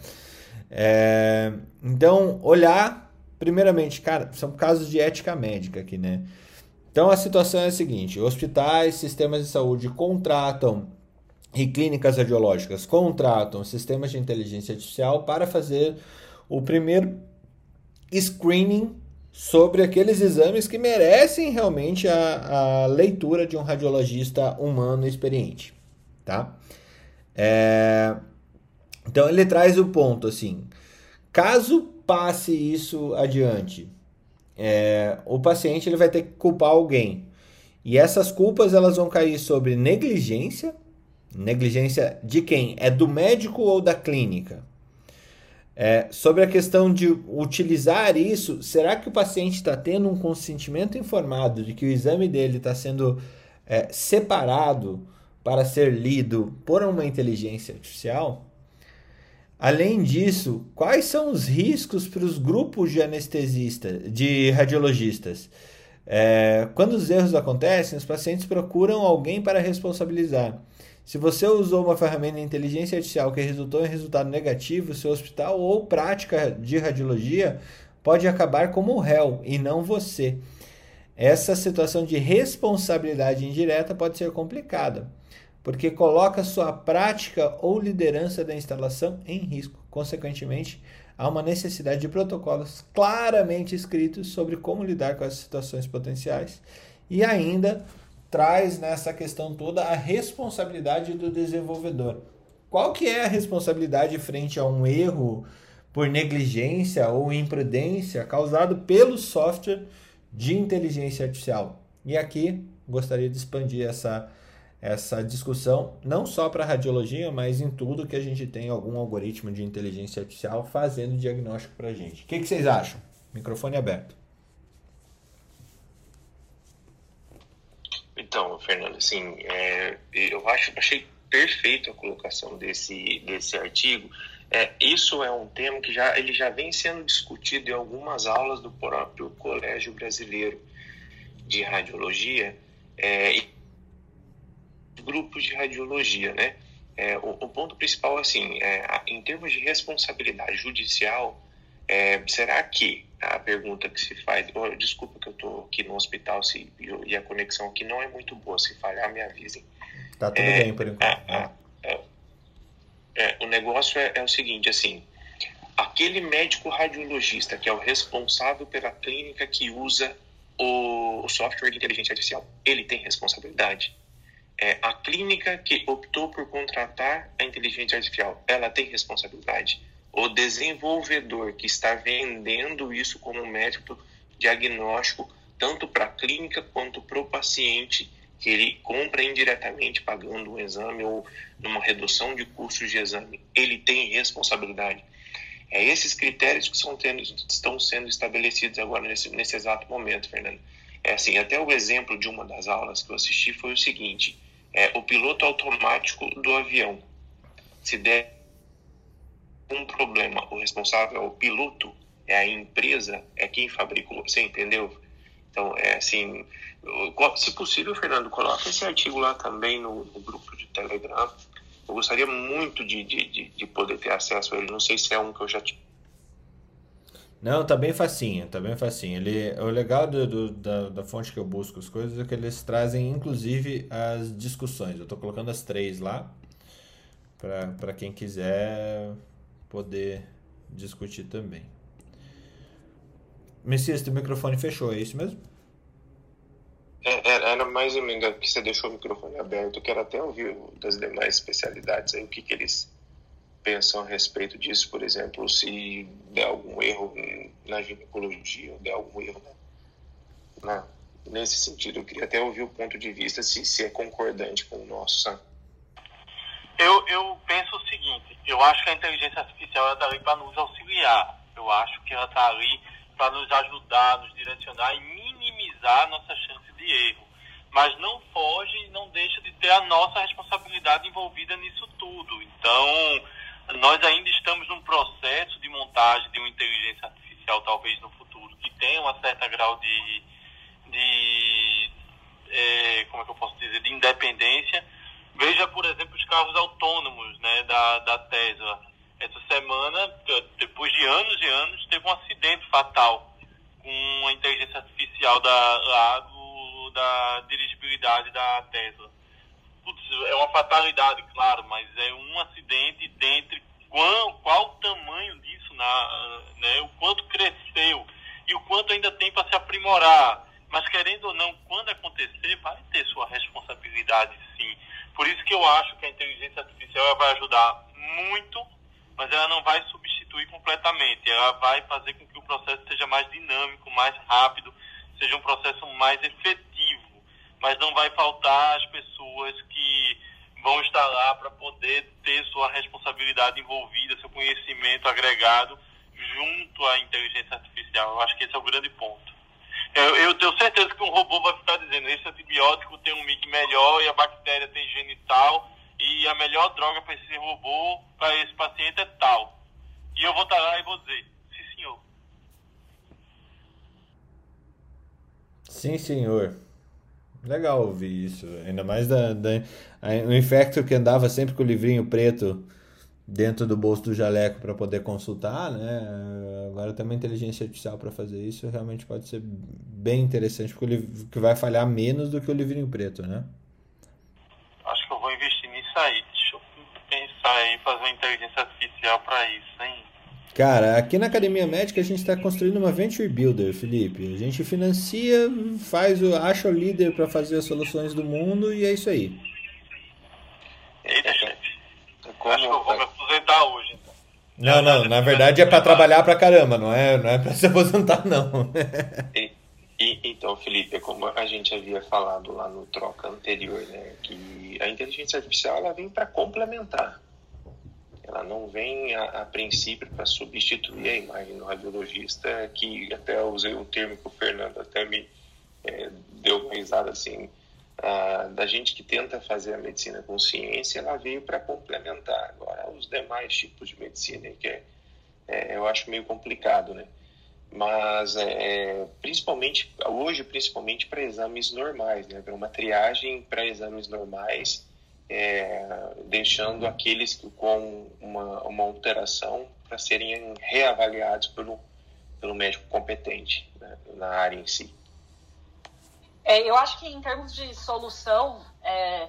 É, então, olhar, primeiramente, cara, são casos de ética médica aqui, né? Então, a situação é a seguinte, hospitais, sistemas de saúde contratam e clínicas radiológicas contratam sistemas de inteligência artificial para fazer o primeiro screening sobre aqueles exames que merecem realmente a, a leitura de um radiologista humano experiente, tá? É, então, ele traz o ponto, assim, caso passe isso adiante, É, o paciente ele vai ter que culpar alguém. E essas culpas elas vão cair sobre negligência. Negligência de quem? É do médico ou da clínica? É, sobre a questão de utilizar isso, será que o paciente está tendo um consentimento informado de que o exame dele está sendo é, separado para ser lido por uma inteligência artificial? Além disso, quais são os riscos para os grupos de anestesistas, de radiologistas? É, quando os erros acontecem, os pacientes procuram alguém para responsabilizar. Se você usou uma ferramenta de inteligência artificial que resultou em resultado negativo, seu hospital ou prática de radiologia pode acabar como réu e não você. Essa situação de responsabilidade indireta pode ser complicada, porque coloca sua prática ou liderança da instalação em risco. Consequentemente, há uma necessidade de protocolos claramente escritos sobre como lidar com essas situações potenciais e ainda traz nessa questão toda a responsabilidade do desenvolvedor. Qual que é a responsabilidade frente a um erro por negligência ou imprudência causado pelo software de inteligência artificial? E aqui gostaria de expandir essa essa discussão, não só para radiologia, mas em tudo que a gente tem algum algoritmo de inteligência artificial fazendo diagnóstico para a gente. O que, que vocês acham? Microfone aberto. Então, Fernando, assim, é, eu acho, achei perfeito a colocação desse, desse artigo. É, isso é um tema que já, ele já vem sendo discutido em algumas aulas do próprio Colégio Brasileiro de Radiologia, é, e grupos de radiologia, né? É, o, o ponto principal, assim, é, em termos de responsabilidade judicial, é, será que a pergunta que se faz, oh, desculpa que eu estou aqui no hospital se, e a conexão aqui não é muito boa, se falhar me avisem. Tá tudo é, bem por enquanto. A, a, a, é, o negócio é, é o seguinte, assim, aquele médico radiologista que é o responsável pela clínica que usa o, o software de inteligência artificial, ele tem responsabilidade. É, a clínica que optou por contratar a inteligência artificial, ela tem responsabilidade. O desenvolvedor que está vendendo isso como um método diagnóstico, tanto para a clínica quanto para o paciente, que ele compra indiretamente pagando um exame ou numa redução de custos de exame, ele tem responsabilidade. É esses critérios que são tendo, estão sendo estabelecidos agora nesse, nesse exato momento, Fernando. É assim, até o exemplo de uma das aulas que eu assisti foi o seguinte: é, o piloto automático do avião. Se der um problema, o responsável é o piloto, é a empresa, é quem fabricou, você entendeu? Então, é assim, se possível, Fernando, coloca esse artigo lá também no, no grupo de Telegram. Eu gostaria muito de, de, de, de poder ter acesso a ele. Não sei se é um que eu já tive. Não, tá bem facinho, tá bem facinho. Ele, o legal do, do, da, da fonte que eu busco as coisas é que eles trazem, inclusive, as discussões. Eu tô colocando as três lá, para quem quiser poder discutir também. Messias, teu microfone fechou, é isso mesmo? É, era mais ou menos que você deixou o microfone aberto. Eu quero até ouvir das demais especialidades aí, o que, que eles pensam a respeito disso, por exemplo, se der algum erro na ginecologia, ou der algum erro na, na, nesse sentido. Eu queria até ouvir o ponto de vista, se, se é concordante com o nosso, sabe? Eu, eu penso o seguinte: eu acho que a inteligência artificial está ali para nos auxiliar. Eu acho que ela está ali para nos ajudar, nos direcionar e minimizar a nossa chance de erro. Mas não foge e não deixa de ter a nossa responsabilidade envolvida nisso tudo. Então, nós ainda estamos num processo de montagem de uma inteligência artificial, talvez no futuro, que tenha um certo grau de, de é, como é que eu posso dizer, de independência. Veja, por exemplo, os carros autônomos, né, da, da Tesla. Essa semana, depois de anos e anos, teve um acidente fatal com a inteligência artificial da, lá do, da dirigibilidade da Tesla. Putz, é uma fatalidade, claro, mas é um acidente dentre qual, qual o tamanho disso, na, né, o quanto cresceu e o quanto ainda tem para se aprimorar. Mas, querendo ou não, quando acontecer, vai ter sua responsabilidade, sim. Por isso que eu acho que a inteligência artificial ela vai ajudar muito, mas ela não vai substituir completamente. Ela vai fazer com que o processo seja mais dinâmico, mais rápido, seja um processo mais efetivo. Mas não vai faltar as pessoas que vão estar lá para poder ter sua responsabilidade envolvida, seu conhecimento agregado junto à inteligência artificial. Eu acho que esse é o grande ponto. Eu, eu tenho certeza que um robô vai ficar dizendo: esse antibiótico tem um mic melhor e a bactéria tem gene tal, e a melhor droga para esse robô, para esse paciente é tal. E eu vou estar lá e vou dizer: sim, senhor. Sim, senhor. Legal ouvir isso. Ainda mais da, da, o infecto que andava sempre com o livrinho preto dentro do bolso do jaleco para poder consultar, né? Agora tem uma inteligência artificial para fazer isso, realmente pode ser bem interessante, porque o livro, que vai falhar menos do que o livrinho preto, né? Acho que eu vou investir nisso aí. Deixa eu pensar aí, fazer uma inteligência artificial para isso, hein? Cara, aqui na Academia Médica a gente está construindo uma Venture Builder, Felipe. A gente financia, faz o, acha o líder para fazer as soluções do mundo e é isso aí. Eita, chefe. Acho que eu vou me aposentar hoje. Então. Não, não, na verdade é para trabalhar pra caramba, não é, não é para se aposentar, não. E, e, então, Felipe, como a gente havia falado lá no troca anterior, né, que a inteligência artificial ela vem para complementar. Ela não vem, a, a princípio, para substituir a imagem do radiologista, que até usei um termo que o Fernando até me é, deu uma risada assim, a, da gente que tenta fazer a medicina com ciência, ela veio para complementar. Agora, os demais tipos de medicina, que é, é, eu acho meio complicado, né? Mas, é, principalmente, hoje, principalmente para exames normais, né? Para uma triagem para exames normais, É, deixando aqueles com uma, uma alteração para serem reavaliados pelo, pelo médico competente, né, na área em si. É, eu acho que em termos de solução, é,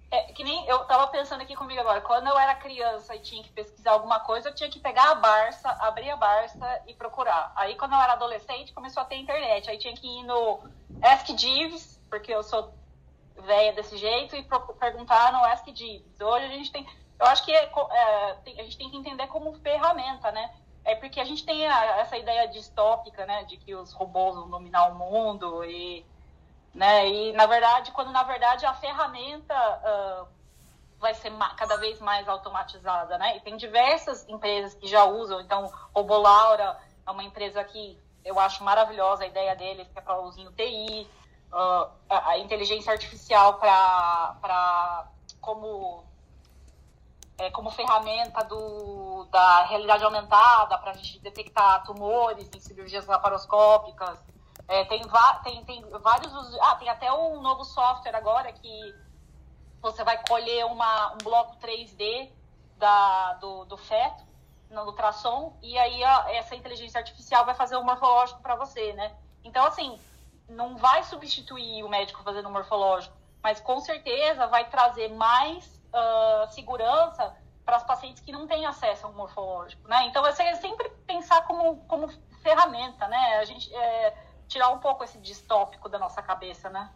É, que nem eu tava pensando aqui comigo agora, quando eu era criança e tinha que pesquisar alguma coisa, eu tinha que pegar a Barça, abrir a Barça e procurar. Aí quando eu era adolescente, começou a ter internet. Aí tinha que ir no Ask Jeeves, porque eu sou velha desse jeito, e pro, perguntar no Ask Jeeves. Hoje a gente tem... Eu acho que é, é, tem, a gente tem que entender como ferramenta, né? É porque a gente tem a, essa ideia distópica, né? De que os robôs vão dominar o mundo e... Né? E, na verdade, quando na verdade a ferramenta uh, vai ser ma- cada vez mais automatizada, né? E tem diversas empresas que já usam. Então, o Robolaura é uma empresa que eu acho maravilhosa a ideia deles, que é para uso em U T I, uh, a, a inteligência artificial para como, é, como ferramenta do, da realidade aumentada, para a gente detectar tumores em cirurgias laparoscópicas. É, tem, tem, tem vários usos. Ah, tem até um novo software agora que você vai colher uma, um bloco três D da, do, do feto no ultrassom, e aí ó, essa inteligência artificial vai fazer o morfológico para você, né? Então, assim, não vai substituir o médico fazendo o morfológico, mas com certeza vai trazer mais uh, segurança para os pacientes que não têm acesso ao morfológico, né? Então, você é sempre pensar como, como ferramenta, né? A gente... É, tirar um pouco esse distópico da nossa cabeça, né?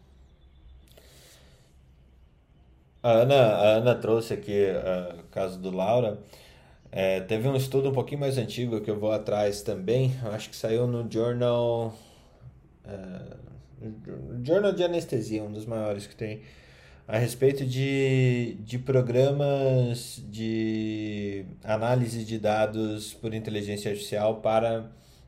A Ana, a Ana trouxe aqui uh, o caso do Laura. É, teve um estudo um pouquinho mais antigo que eu vou atrás também. Eu acho que saiu no Journal... Uh, Journal de Anestesia, um dos maiores que tem, a respeito de, de programas de análise de dados por inteligência artificial para...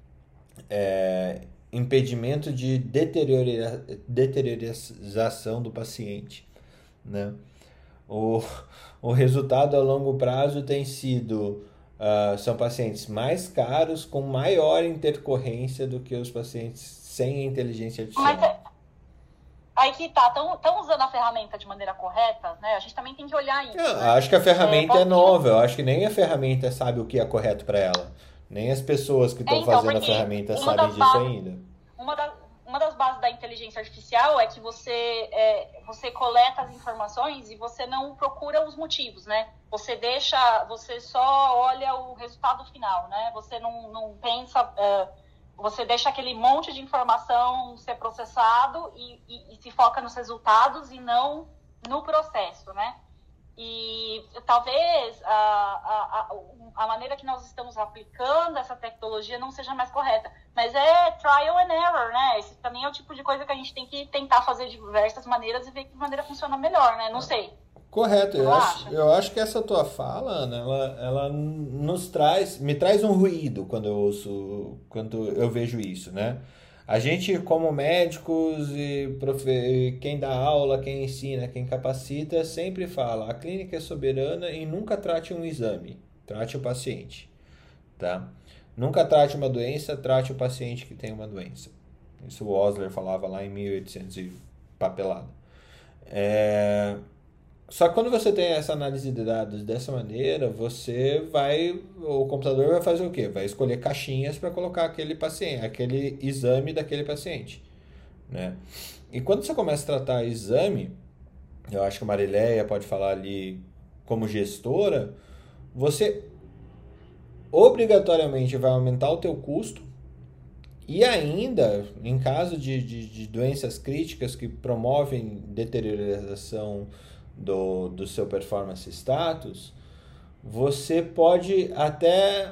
É, impedimento de deteriora, deteriorização do paciente, né? O, o resultado a longo prazo tem sido, uh, são pacientes mais caros com maior intercorrência do que os pacientes sem inteligência artificial. Mas, aí que tá, estão usando a ferramenta de maneira correta, né? A gente também tem que olhar isso. Eu né? acho que a ferramenta é, é nova, eu acho que nem a ferramenta sabe o que é correto para ela. Nem as pessoas que estão é, então, fazendo a ferramenta sabem disso bases, ainda. Uma, da, uma das bases da inteligência artificial é que você, é, você coleta as informações e você não procura os motivos, né? Você deixa, você só olha o resultado final, né? Você não, não pensa, uh, você deixa aquele monte de informação ser processado e, e, e se foca nos resultados e não no processo, né? E talvez a, a, a, a maneira que nós estamos aplicando essa tecnologia não seja mais correta. Mas é trial and error, né? Esse também é o tipo de coisa que a gente tem que tentar fazer de diversas maneiras e ver que maneira funciona melhor, né? Não sei. Correto. Eu acho, eu acho que essa tua fala, Ana, ela, ela nos traz, me traz um ruído quando eu ouço, quando eu vejo isso, né? A gente, como médicos e profe... quem dá aula, quem ensina, quem capacita, sempre fala, a clínica é soberana e nunca trate um exame, trate o paciente, tá? Nunca trate uma doença, trate o paciente que tem uma doença. Isso o Osler falava lá em mil e oitocentos e papelada. É... Só que quando você tem essa análise de dados dessa maneira, você vai, o computador vai fazer o quê? Vai escolher caixinhas para colocar aquele paciente, aquele exame daquele paciente, né? E quando você começa a tratar exame, eu acho que a Marileia pode falar ali como gestora, você obrigatoriamente vai aumentar o teu custo e ainda, em caso de, de, de doenças críticas que promovem deterioração Do, do seu performance status, você pode até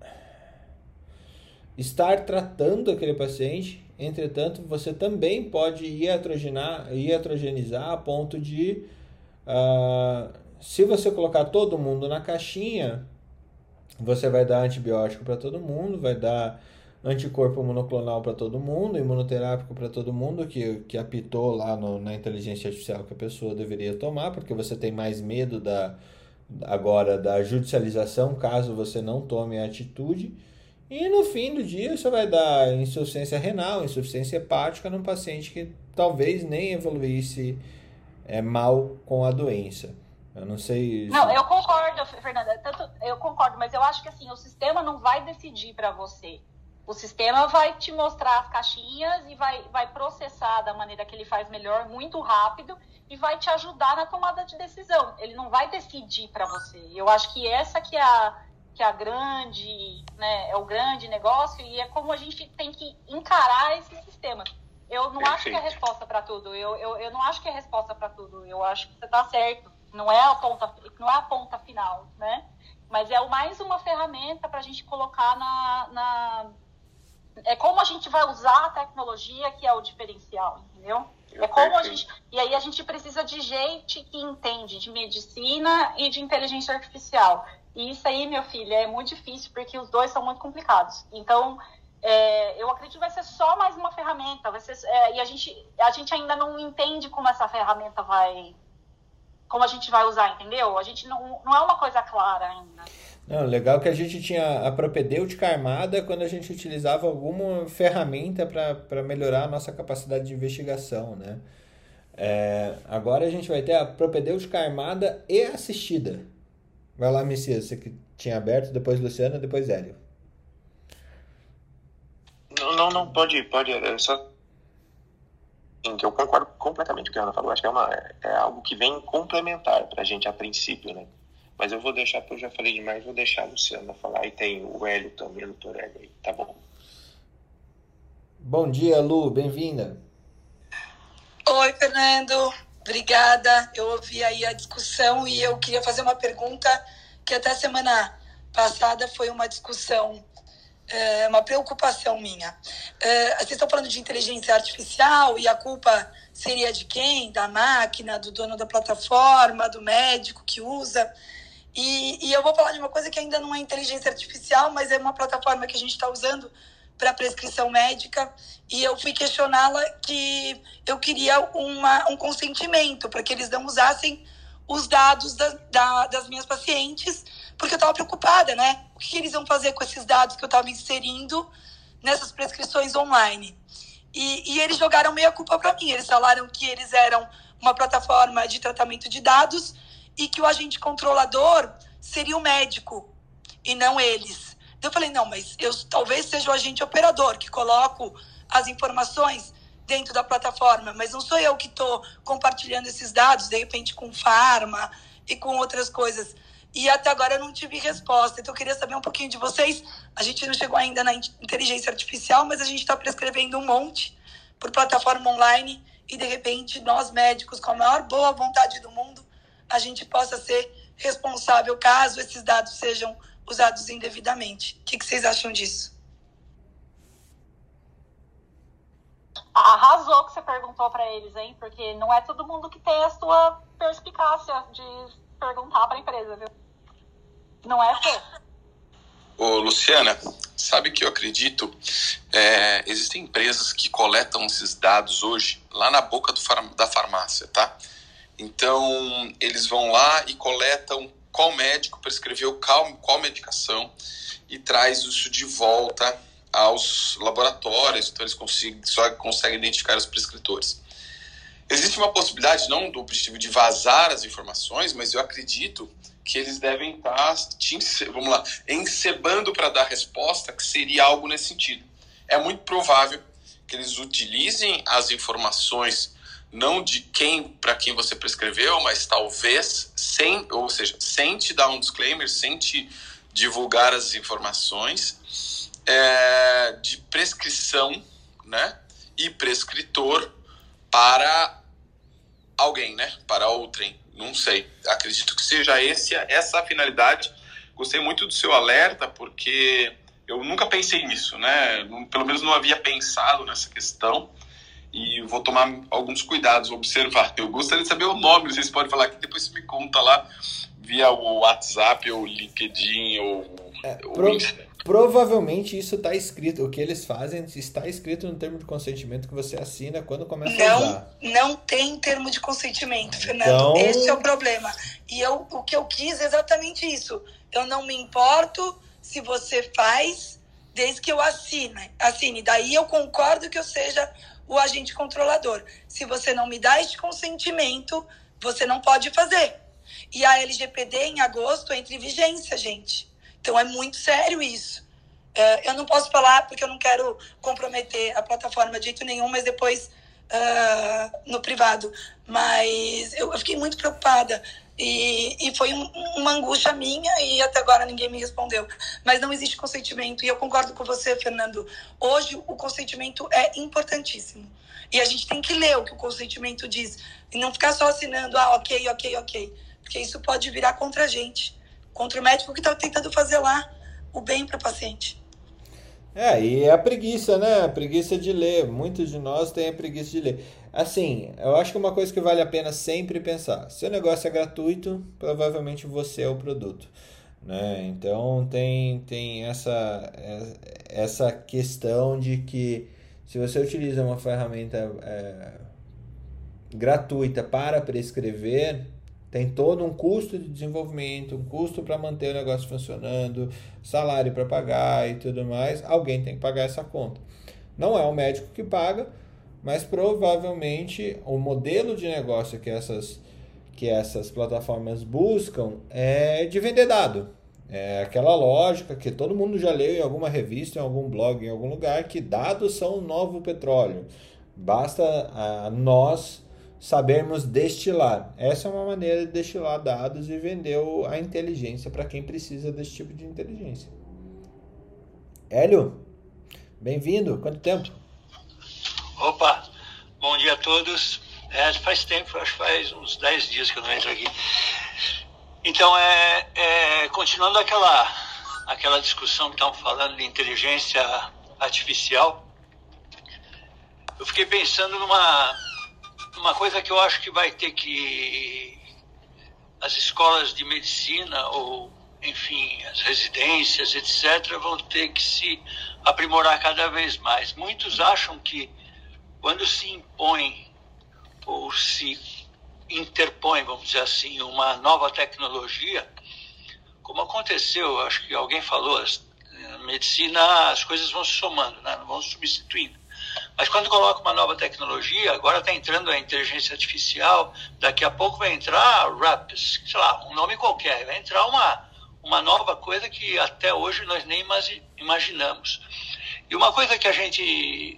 estar tratando aquele paciente, entretanto, você também pode iatrogenar, iatrogenizar a ponto de, uh, se você colocar todo mundo na caixinha, você vai dar antibiótico para todo mundo, vai dar anticorpo monoclonal para todo mundo, imunoterápico para todo mundo, que, que apitou lá no, na inteligência artificial que a pessoa deveria tomar, porque você tem mais medo da, agora da judicialização, caso você não tome a atitude. E no fim do dia você vai dar insuficiência renal, insuficiência hepática num paciente que talvez nem evoluísse é, mal com a doença. Eu não sei... Não, eu concordo, Fernanda. Tanto, eu concordo, mas eu acho que assim, o sistema não vai decidir para você. O sistema vai te mostrar as caixinhas e vai, vai processar da maneira que ele faz melhor, muito rápido, e vai te ajudar na tomada de decisão. Ele não vai decidir para você. Eu acho que essa que é a, que é a grande, né, é o grande negócio, e é como a gente tem que encarar esse sistema. Eu não Perfeito. acho que é a resposta para tudo. Eu, eu, eu não acho que é a resposta para tudo. Eu acho que você está certo. Não é a ponta, não é a ponta final, né? Mas é mais uma ferramenta para a gente colocar na, na... É como a gente vai usar a tecnologia que é o diferencial, entendeu? É como a gente... E aí a gente precisa de gente que entende de medicina e de inteligência artificial. E isso aí, meu filho, é muito difícil, porque os dois são muito complicados. Então, é, eu acredito que vai ser só mais uma ferramenta. Vai ser, é, e a gente, a gente ainda não entende como essa ferramenta vai... Como a gente vai usar, entendeu? A gente não, não é uma coisa clara ainda. Não, legal que a gente tinha a propedêutica armada quando a gente utilizava alguma ferramenta para melhorar a nossa capacidade de investigação, né? É, agora a gente vai ter a propedêutica armada e assistida. Vai lá, Messias, você que tinha aberto, depois Luciana, depois Hélio. Não, não, não, pode, pode, é só... Eu concordo completamente com o que a Ana falou. Acho que é, uma, é algo que vem complementar pra gente a princípio, né? Mas eu vou deixar, porque eu já falei demais, vou deixar a Luciana falar. E tem o Hélio também, o doutor Hélio aí, tá bom? Bom dia, Lu, bem-vinda. Oi, Fernando, obrigada. Eu ouvi aí a discussão e eu queria fazer uma pergunta que até semana passada foi uma discussão, é, uma preocupação minha. É, vocês estão falando de inteligência artificial e a culpa seria de quem? Da máquina, do dono da plataforma, do médico que usa... E, e eu vou falar de uma coisa que ainda não é inteligência artificial, mas é uma plataforma que a gente está usando para prescrição médica. E eu fui questioná-la que eu queria uma, um consentimento para que eles não usassem os dados da, da, das minhas pacientes, porque eu estava preocupada, né? O que eles iam fazer com esses dados que eu estava inserindo nessas prescrições online? E, e eles jogaram meio a culpa para mim. Eles falaram que eles eram uma plataforma de tratamento de dados e que o agente controlador seria o médico e não eles. Eu falei, não, mas eu talvez seja o agente operador que coloco as informações dentro da plataforma, mas não sou eu que estou compartilhando esses dados, de repente com farma e com outras coisas. E até agora eu não tive resposta. Então eu queria saber um pouquinho de vocês. A gente não chegou ainda na inteligência artificial, mas a gente está prescrevendo um monte por plataforma online e de repente nós médicos, com a maior boa vontade do mundo, a gente possa ser responsável caso esses dados sejam usados indevidamente. O que, que vocês acham disso? Arrasou que você perguntou para eles, hein? Porque não é todo mundo que tem a sua perspicácia de perguntar para a empresa, viu? Não é, Fê? Ô, Luciana, sabe que eu acredito? É, existem empresas que coletam esses dados hoje lá na boca do far- da farmácia, tá? Então, eles vão lá e coletam qual médico prescreveu qual, qual medicação e traz isso de volta aos laboratórios, então eles conseguem, só conseguem identificar os prescritores. Existe uma possibilidade, não do objetivo de vazar as informações, mas eu acredito que eles devem estar, te, vamos lá, encebando para dar resposta, que seria algo nesse sentido. É muito provável que eles utilizem as informações não de quem, para quem você prescreveu, mas talvez sem, ou seja, sem te dar um disclaimer, sem te divulgar as informações é, de prescrição, né, e prescritor para alguém, né, para outrem, não sei. Acredito que seja esse, essa a finalidade. Gostei muito do seu alerta, porque eu nunca pensei nisso, né, pelo menos não havia pensado nessa questão. E vou tomar alguns cuidados, vou observar. Eu gostaria de saber o nome, vocês podem falar aqui, depois você me conta lá via o WhatsApp ou LinkedIn ou, é, ou pro, provavelmente isso está escrito, o que eles fazem está escrito no termo de consentimento que você assina quando começa não, a usar. Não tem termo de consentimento, Fernando. Então... Esse é o problema. E eu, o que eu quis é exatamente isso. Eu não me importo se você faz, desde que eu assine. assine. Daí eu concordo que eu seja o agente controlador. Se você não me dá este consentimento, você não pode fazer. E a L G P D, em agosto, entra em vigência, gente. Então, é muito sério isso. Uh, eu não posso falar porque eu não quero comprometer a plataforma de jeito nenhum, mas depois uh, no privado. Mas eu, eu fiquei muito preocupada e, e foi um, uma angústia minha e até agora ninguém me respondeu. Mas não existe consentimento e eu concordo com você, Fernando. Hoje o consentimento é importantíssimo e a gente tem que ler o que o consentimento diz e não ficar só assinando, ah, ok, ok, ok. Porque isso pode virar contra a gente, contra o médico que está tentando fazer lá o bem para o paciente. É, e é a preguiça, né? A preguiça de ler. Muitos de nós têm a preguiça de ler. Assim, eu acho que uma coisa que vale a pena sempre pensar. Se o negócio é gratuito, provavelmente você é o produto, né? Então tem, tem essa, essa questão de que se você utiliza uma ferramenta é, gratuita para prescrever, tem todo um custo de desenvolvimento, um custo para manter o negócio funcionando, salário para pagar e tudo mais. Alguém tem que pagar essa conta. Não é o médico que paga, mas provavelmente o modelo de negócio que essas, que essas plataformas buscam é de vender dado. É aquela lógica que todo mundo já leu em alguma revista, em algum blog, em algum lugar, que dados são o novo petróleo. Basta a nós sabermos destilar. Essa é uma maneira de destilar dados e vender a inteligência para quem precisa desse tipo de inteligência. Hélio, bem-vindo. Quanto tempo? Opa, bom dia a todos. É, faz tempo, acho que faz uns dez dias que eu não entro aqui. Então, é, é, continuando aquela, aquela discussão que estavam falando de inteligência artificial, eu fiquei pensando numa Uma coisa que eu acho que vai ter que as escolas de medicina ou, enfim, as residências, etcétera, vão ter que se aprimorar cada vez mais. Muitos acham que quando se impõe ou se interpõe, vamos dizer assim, uma nova tecnologia, como aconteceu, acho que alguém falou, a medicina, as coisas vão se somando, né? Não vão substituindo. Mas quando coloca uma nova tecnologia, agora está entrando a inteligência artificial, daqui a pouco vai entrar RAPS, sei lá, um nome qualquer, vai entrar uma, uma nova coisa que até hoje nós nem imaginamos. E uma coisa que a gente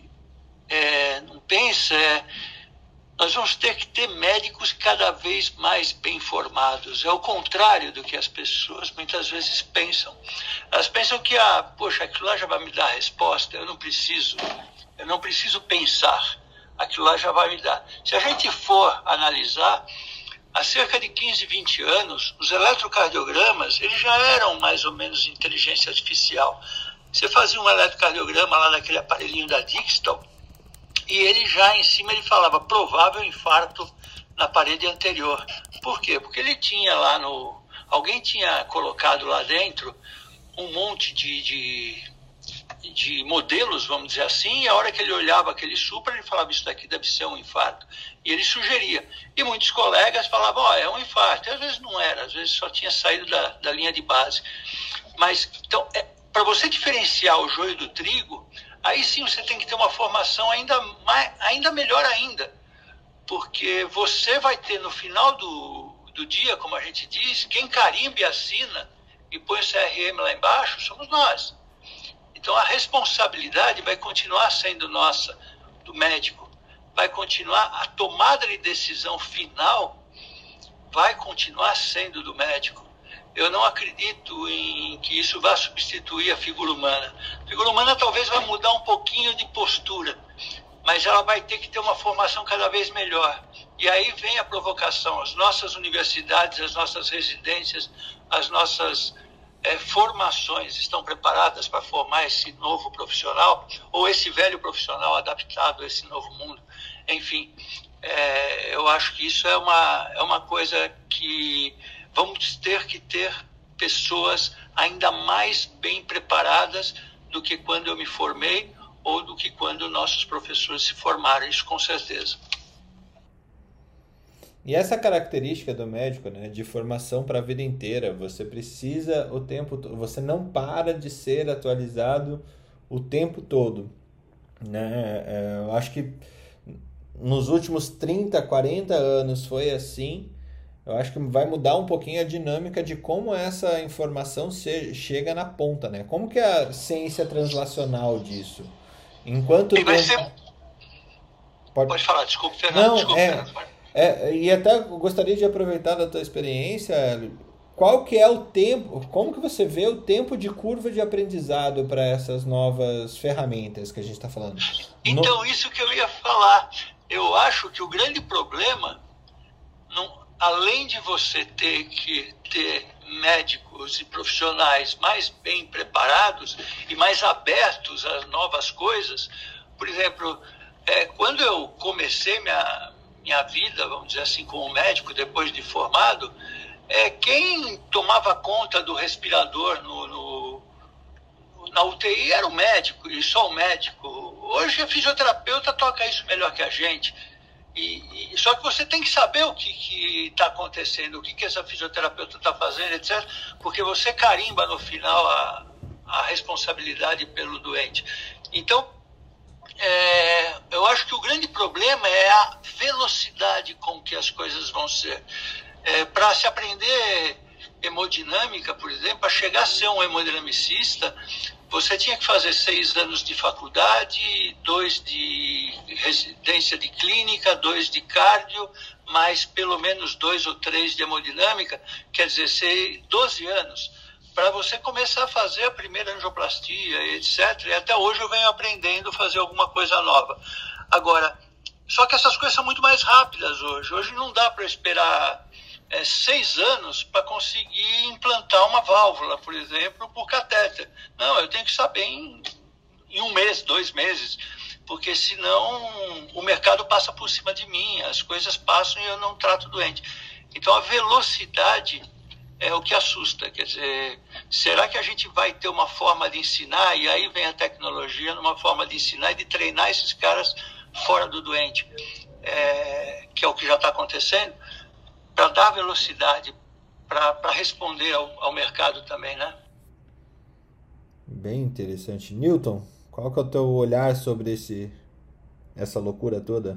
é, não pensa é, nós vamos ter que ter médicos cada vez mais bem formados. É o contrário do que as pessoas muitas vezes pensam. Elas pensam que, ah, poxa, aquilo lá já vai me dar a resposta, eu não preciso... Eu não preciso pensar, aquilo lá já vai me dar. Se a gente for analisar, há cerca de quinze, vinte anos, os eletrocardiogramas eles já eram mais ou menos inteligência artificial. Você fazia um eletrocardiograma lá naquele aparelhinho da Dixtal, e ele já em cima ele falava provável infarto na parede anterior. Por quê? Porque ele tinha lá no... Alguém tinha colocado lá dentro um monte de... de de modelos, vamos dizer assim, e a hora que ele olhava aquele supra, ele falava, isso daqui deve ser um infarto. E ele sugeria. E muitos colegas falavam, ó, oh, é um infarto. E às vezes não era, às vezes só tinha saído da, da linha de base. Mas, então, é, para você diferenciar o joio do trigo, aí sim você tem que ter uma formação ainda, mais, ainda melhor ainda. Porque você vai ter no final do, do dia, como a gente diz, quem carimba e assina e põe o C R M lá embaixo, somos nós. Então, a responsabilidade vai continuar sendo nossa, do médico. Vai continuar, a tomada de decisão final vai continuar sendo do médico. Eu não acredito em que isso vá substituir a figura humana. A figura humana talvez vai mudar um pouquinho de postura, mas ela vai ter que ter uma formação cada vez melhor. E aí vem a provocação. As nossas universidades, as nossas residências, as nossas... É, formações estão preparadas para formar esse novo profissional ou esse velho profissional adaptado a esse novo mundo. Enfim, é, eu acho que isso é uma, é uma coisa que vamos ter que ter pessoas ainda mais bem preparadas do que quando eu me formei ou do que quando nossos professores se formaram, isso com certeza. E essa característica do médico, né, de formação para a vida inteira, você precisa o tempo todo, você não para de ser atualizado o tempo todo, né? Eu acho que nos últimos trinta, quarenta anos foi assim, Eu acho que vai mudar um pouquinho a dinâmica de como essa informação se, chega na ponta, né? Como que é a ciência translacional disso? Enquanto E vai tempo... ser... Pode... Pode falar, desculpe, Fernando. Não, desculpe, é, Fernando. é, e até gostaria de aproveitar da tua experiência, qual que é o tempo, como que você vê o tempo de curva de aprendizado para essas novas ferramentas que a gente está falando? Então, No... isso que eu ia falar. Eu acho que o grande problema, não, além de você ter que ter médicos e profissionais mais bem preparados e mais abertos às novas coisas, por exemplo, é, quando eu comecei minha, minha vida, vamos dizer assim, como médico, depois de formado, é, quem tomava conta do respirador no, no, na U T I era o médico, e só o médico. Hoje a fisioterapeuta toca isso melhor que a gente. E, e, só que você tem que saber o que está acontecendo, o que, que essa fisioterapeuta está fazendo, etcétera. Porque você carimba no final a, a responsabilidade pelo doente. Então, é, eu acho que o grande problema é a velocidade com que as coisas vão ser. É, para se aprender hemodinâmica, por exemplo, para chegar a ser um hemodinamicista, você tinha que fazer seis anos de faculdade, dois de residência de clínica, dois de cardio, mais pelo menos dois ou três de hemodinâmica, quer dizer, ser doze anos, para você começar a fazer a primeira angioplastia, etcétera. E até hoje eu venho aprendendo a fazer alguma coisa nova. Agora, só que essas coisas são muito mais rápidas hoje. Hoje não dá para esperar É, seis anos para conseguir implantar uma válvula, por exemplo, por catéter. Não, eu tenho que saber em, em um mês, dois meses, porque senão o mercado passa por cima de mim, as coisas passam e eu não trato doente. Então a velocidade é o que assusta. Quer dizer, será que a gente vai ter uma forma de ensinar, e aí vem a tecnologia numa forma de ensinar e de treinar esses caras fora do doente, é, que é o que já está acontecendo, para dar velocidade, para responder ao, ao mercado também, né? Bem interessante. Newton, qual que é o teu olhar sobre esse, essa loucura toda?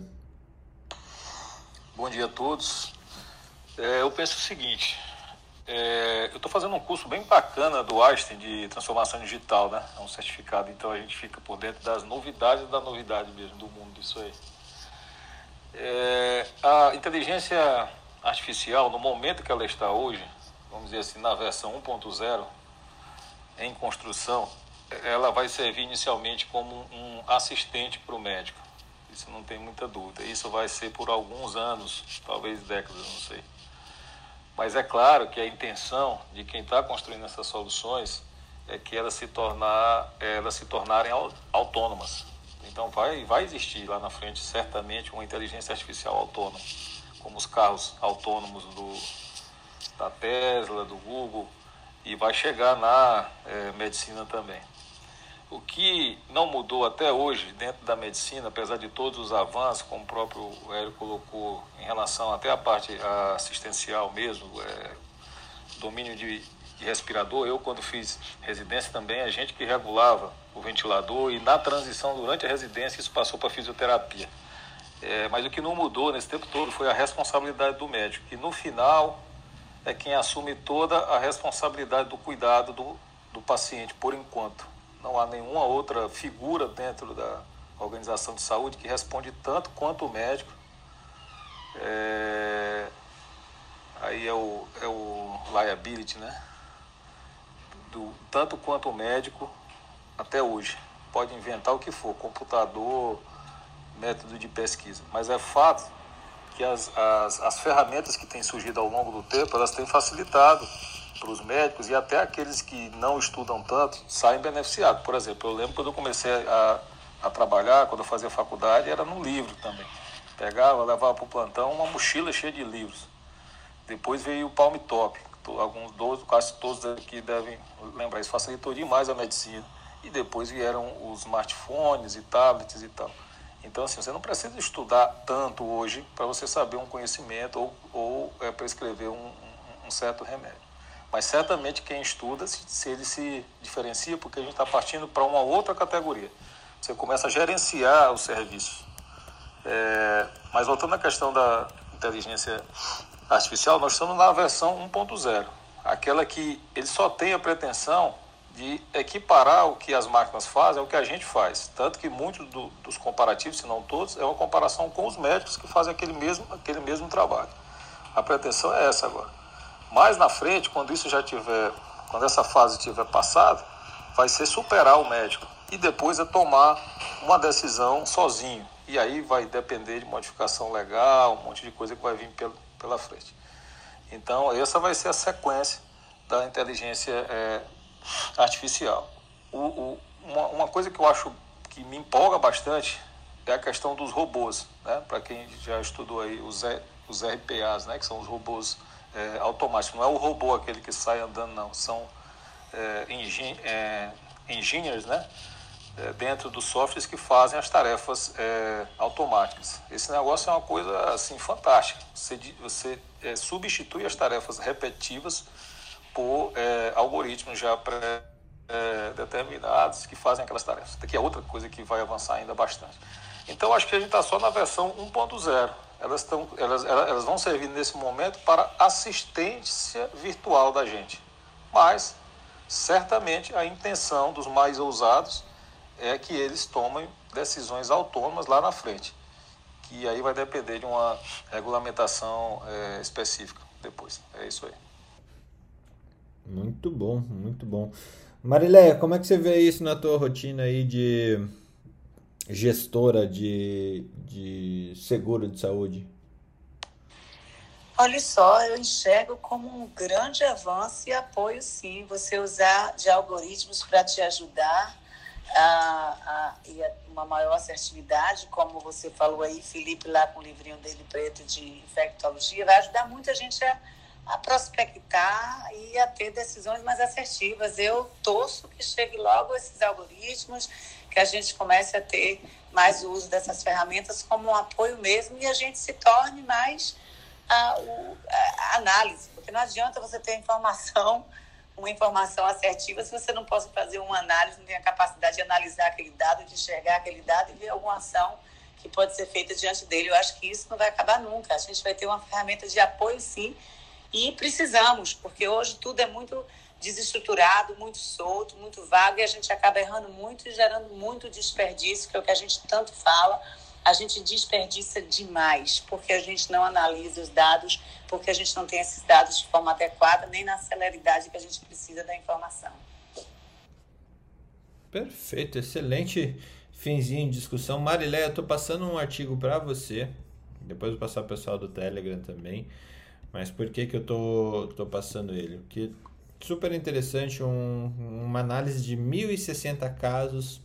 Bom dia a todos. É, eu penso o seguinte, é, eu estou fazendo um curso bem bacana do Einstein de transformação digital, né? É um certificado, então a gente fica por dentro das novidades da novidade mesmo, do mundo disso aí. É, a inteligência artificial, no momento que ela está hoje, vamos dizer assim, na versão um ponto zero, em construção, ela vai servir inicialmente como um assistente para o médico. Isso não tem muita dúvida. Isso vai ser por alguns anos, talvez décadas, não sei. Mas é claro que a intenção de quem está construindo essas soluções é que elas se, tornar, elas se tornarem autônomas. Então vai, vai existir lá na frente, certamente, uma inteligência artificial autônoma, como os carros autônomos do, da Tesla, do Google, e vai chegar na é, medicina também. O que não mudou até hoje dentro da medicina, apesar de todos os avanços, como o próprio Hélio colocou, em relação até a parte assistencial mesmo, é, domínio de, de respirador, eu quando fiz residência também, a gente que regulava o ventilador, e na transição durante a residência isso passou para fisioterapia. É, mas o que não mudou nesse tempo todo foi a responsabilidade do médico, que no final é quem assume toda a responsabilidade do cuidado do, do paciente, por enquanto. Não há nenhuma outra figura dentro da organização de saúde que responde tanto quanto o médico. É, aí é o, é o liability, né? Do, tanto quanto o médico até hoje. Pode inventar o que for, computador, método de pesquisa, mas é fato que as, as, as ferramentas que têm surgido ao longo do tempo, elas têm facilitado para os médicos, e até aqueles que não estudam tanto saem beneficiados. Por exemplo, eu lembro quando eu comecei a, a trabalhar, quando eu fazia faculdade, era no livro também. Pegava, levava para o plantão uma mochila cheia de livros. Depois veio o Palm Top, alguns dois, quase todos aqui devem lembrar, isso facilitou demais a medicina. E depois vieram os smartphones e tablets e tal. Então, assim, você não precisa estudar tanto hoje para você saber um conhecimento ou, ou é, prescrever um, um, um certo remédio. Mas certamente quem estuda, se, se ele se diferencia, porque a gente está partindo para uma outra categoria. Você começa a gerenciar o serviço. É, mas voltando à questão da inteligência artificial, nós estamos na versão um ponto zero. Aquela que ele só tem a pretensão de equiparar o que as máquinas fazem ao que a gente faz. Tanto que muitos do, dos comparativos, se não todos, é uma comparação com os médicos que fazem aquele mesmo, aquele mesmo trabalho. A pretensão é essa agora. Mais na frente, quando isso já tiver, quando essa fase tiver passada, vai ser superar o médico e depois é tomar uma decisão sozinho. E aí vai depender de modificação legal, um monte de coisa que vai vir pela, pela frente. Então, essa vai ser a sequência da inteligência é, artificial. O, o, uma, uma coisa que eu acho que me empolga bastante é a questão dos robôs, né? Para quem já estudou aí os, os R P As, né? Que são os robôs é, automáticos. Não é o robô aquele que sai andando, não. São é, engen é, engineers, né? É, dentro dos softwares que fazem as tarefas é, automáticas. Esse negócio é uma coisa assim fantástica. Você, você é, substitui as tarefas repetitivas por é, algoritmos já pré-determinados é, que fazem aquelas tarefas. Isso aqui é outra coisa que vai avançar ainda bastante. Então, acho que a gente está só na versão um ponto zero. Elas, tão, elas, elas vão servir nesse momento para assistência virtual da gente. Mas, certamente, a intenção dos mais ousados é que eles tomem decisões autônomas lá na frente, que aí vai depender de uma regulamentação é, específica depois. É isso aí. Muito bom, muito bom. Marileia, como é que você vê isso na tua rotina aí de gestora de, de seguro de saúde? Olha só, eu enxergo como um grande avanço e apoio, sim, você usar de algoritmos para te ajudar a, a, e a uma maior assertividade, como você falou aí, Felipe, lá com o livrinho dele preto de infectologia, vai ajudar muita gente a, a prospectar e a ter decisões mais assertivas. Eu torço que chegue logo esses algoritmos, que a gente comece a ter mais o uso dessas ferramentas como um apoio mesmo e a gente se torne mais a, o, a análise, porque não adianta você ter informação, uma informação assertiva se você não possa fazer uma análise, não tem a capacidade de analisar aquele dado, de enxergar aquele dado e ver alguma ação que pode ser feita diante dele. Eu acho que isso não vai acabar nunca. A gente vai ter uma ferramenta de apoio, sim, e precisamos, porque hoje tudo é muito desestruturado, muito solto, muito vago, e a gente acaba errando muito e gerando muito desperdício, que é o que a gente tanto fala. A gente desperdiça demais, porque a gente não analisa os dados, porque a gente não tem esses dados de forma adequada, nem na celeridade que a gente precisa da informação. Perfeito, excelente finzinho de discussão. Marileia, eu estou passando um artigo para você, depois vou passar para o pessoal do Telegram também, mas por que que eu tô, tô passando ele? Porque super interessante, um, uma análise de mil e sessenta casos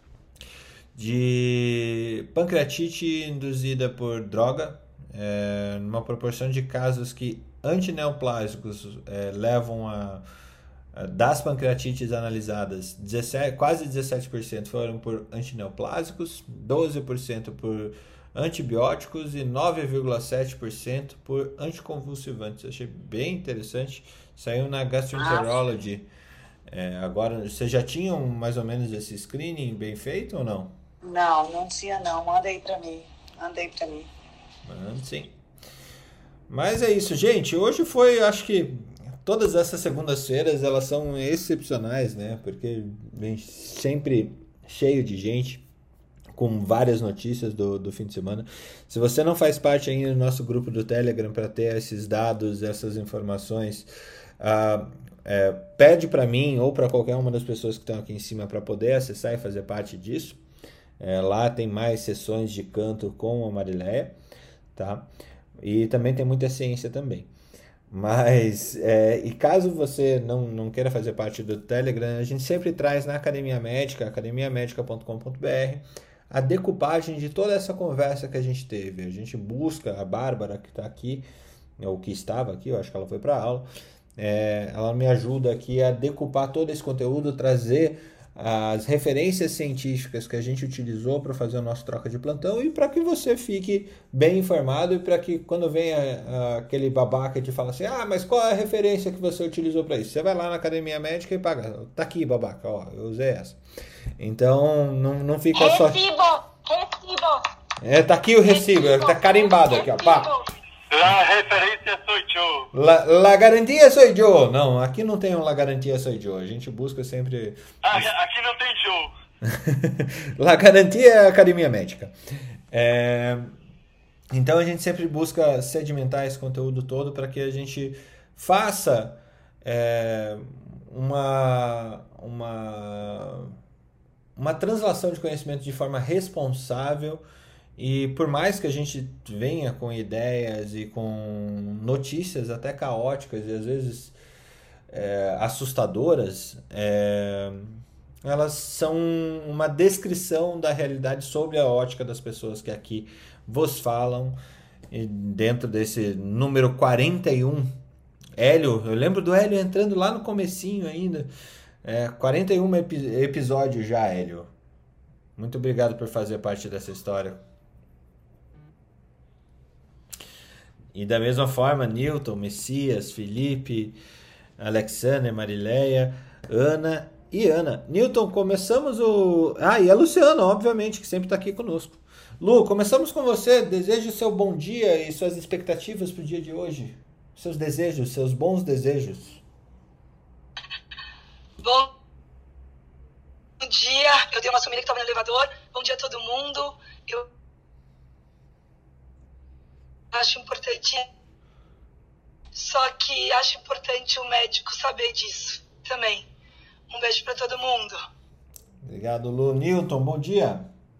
de pancreatite induzida por droga, é, numa proporção de casos que antineoplásicos é, levam a, a das pancreatites analisadas, dezessete, quase dezessete por cento foram por antineoplásicos, doze por cento por antibióticos e nove vírgula sete por cento por anticonvulsivantes. Eu achei bem interessante, saiu na Gastroenterology. É, agora, vocês já tinham mais ou menos esse screening bem feito ou não? Não, não tinha não. Manda aí pra mim. Manda aí pra mim. Manda sim. Mas é isso, gente. Hoje foi, acho que todas essas segundas-feiras elas são excepcionais, né? Porque vem sempre cheio de gente com várias notícias do, do fim de semana. Se você não faz parte ainda do nosso grupo do Telegram para ter esses dados, essas informações, uh, é, pede para mim ou para qualquer uma das pessoas que estão aqui em cima para poder acessar e fazer parte disso. É, lá tem mais sessões de canto com a Marileia, tá? E também tem muita ciência também. Mas, é, e caso você não, não queira fazer parte do Telegram, a gente sempre traz na Academia Médica, academia médica ponto com ponto b r, a decupagem de toda essa conversa que a gente teve. A gente busca, a Bárbara que está aqui, ou que estava aqui, eu acho que ela foi para a aula, é, ela me ajuda aqui a decupar todo esse conteúdo, trazer as referências científicas que a gente utilizou para fazer o nosso troca de plantão e para que você fique bem informado e para que quando venha uh, aquele babaca que fala assim, ah, mas qual é a referência que você utilizou para isso? Você vai lá na Academia Médica e paga. Tá aqui, babaca, ó, eu usei essa. Então, não, não fica recibo, só... Recibo! Recibo! É, tá aqui o recibo, recibo tá carimbado recibo. Aqui, ó, pá. A referência sou La, la garantia sou eu. Não, aqui não tem um la garantia sou eu. A gente busca sempre... Ah, aqui não tem Joe. La garantia é a academia médica. É... Então a gente sempre busca sedimentar esse conteúdo todo para que a gente faça é, uma, uma, uma translação de conhecimento de forma responsável. E por mais que a gente venha com ideias e com notícias até caóticas e às vezes é, assustadoras, é, elas são uma descrição da realidade sobre a ótica das pessoas que aqui vos falam. E dentro desse número quarenta e um, Hélio, eu lembro do Hélio entrando lá no comecinho ainda, é, quarenta e um epi- episódios já, Hélio. Muito obrigado por fazer parte dessa história. E da mesma forma, Newton, Messias, Felipe, Alexander, Marileia, Ana e Ana. Newton, começamos o... Ah, e a Luciana, obviamente, que sempre está aqui conosco. Lu, começamos com você. Desejo seu bom dia e suas expectativas para o dia de hoje. Seus desejos, seus bons desejos. Bom dia. Eu tenho uma família que estava no elevador. Bom dia a todo mundo. Eu acho importante, só que acho importante o médico saber disso também. Um beijo para todo mundo. Obrigado, Lu. Newton, bom dia.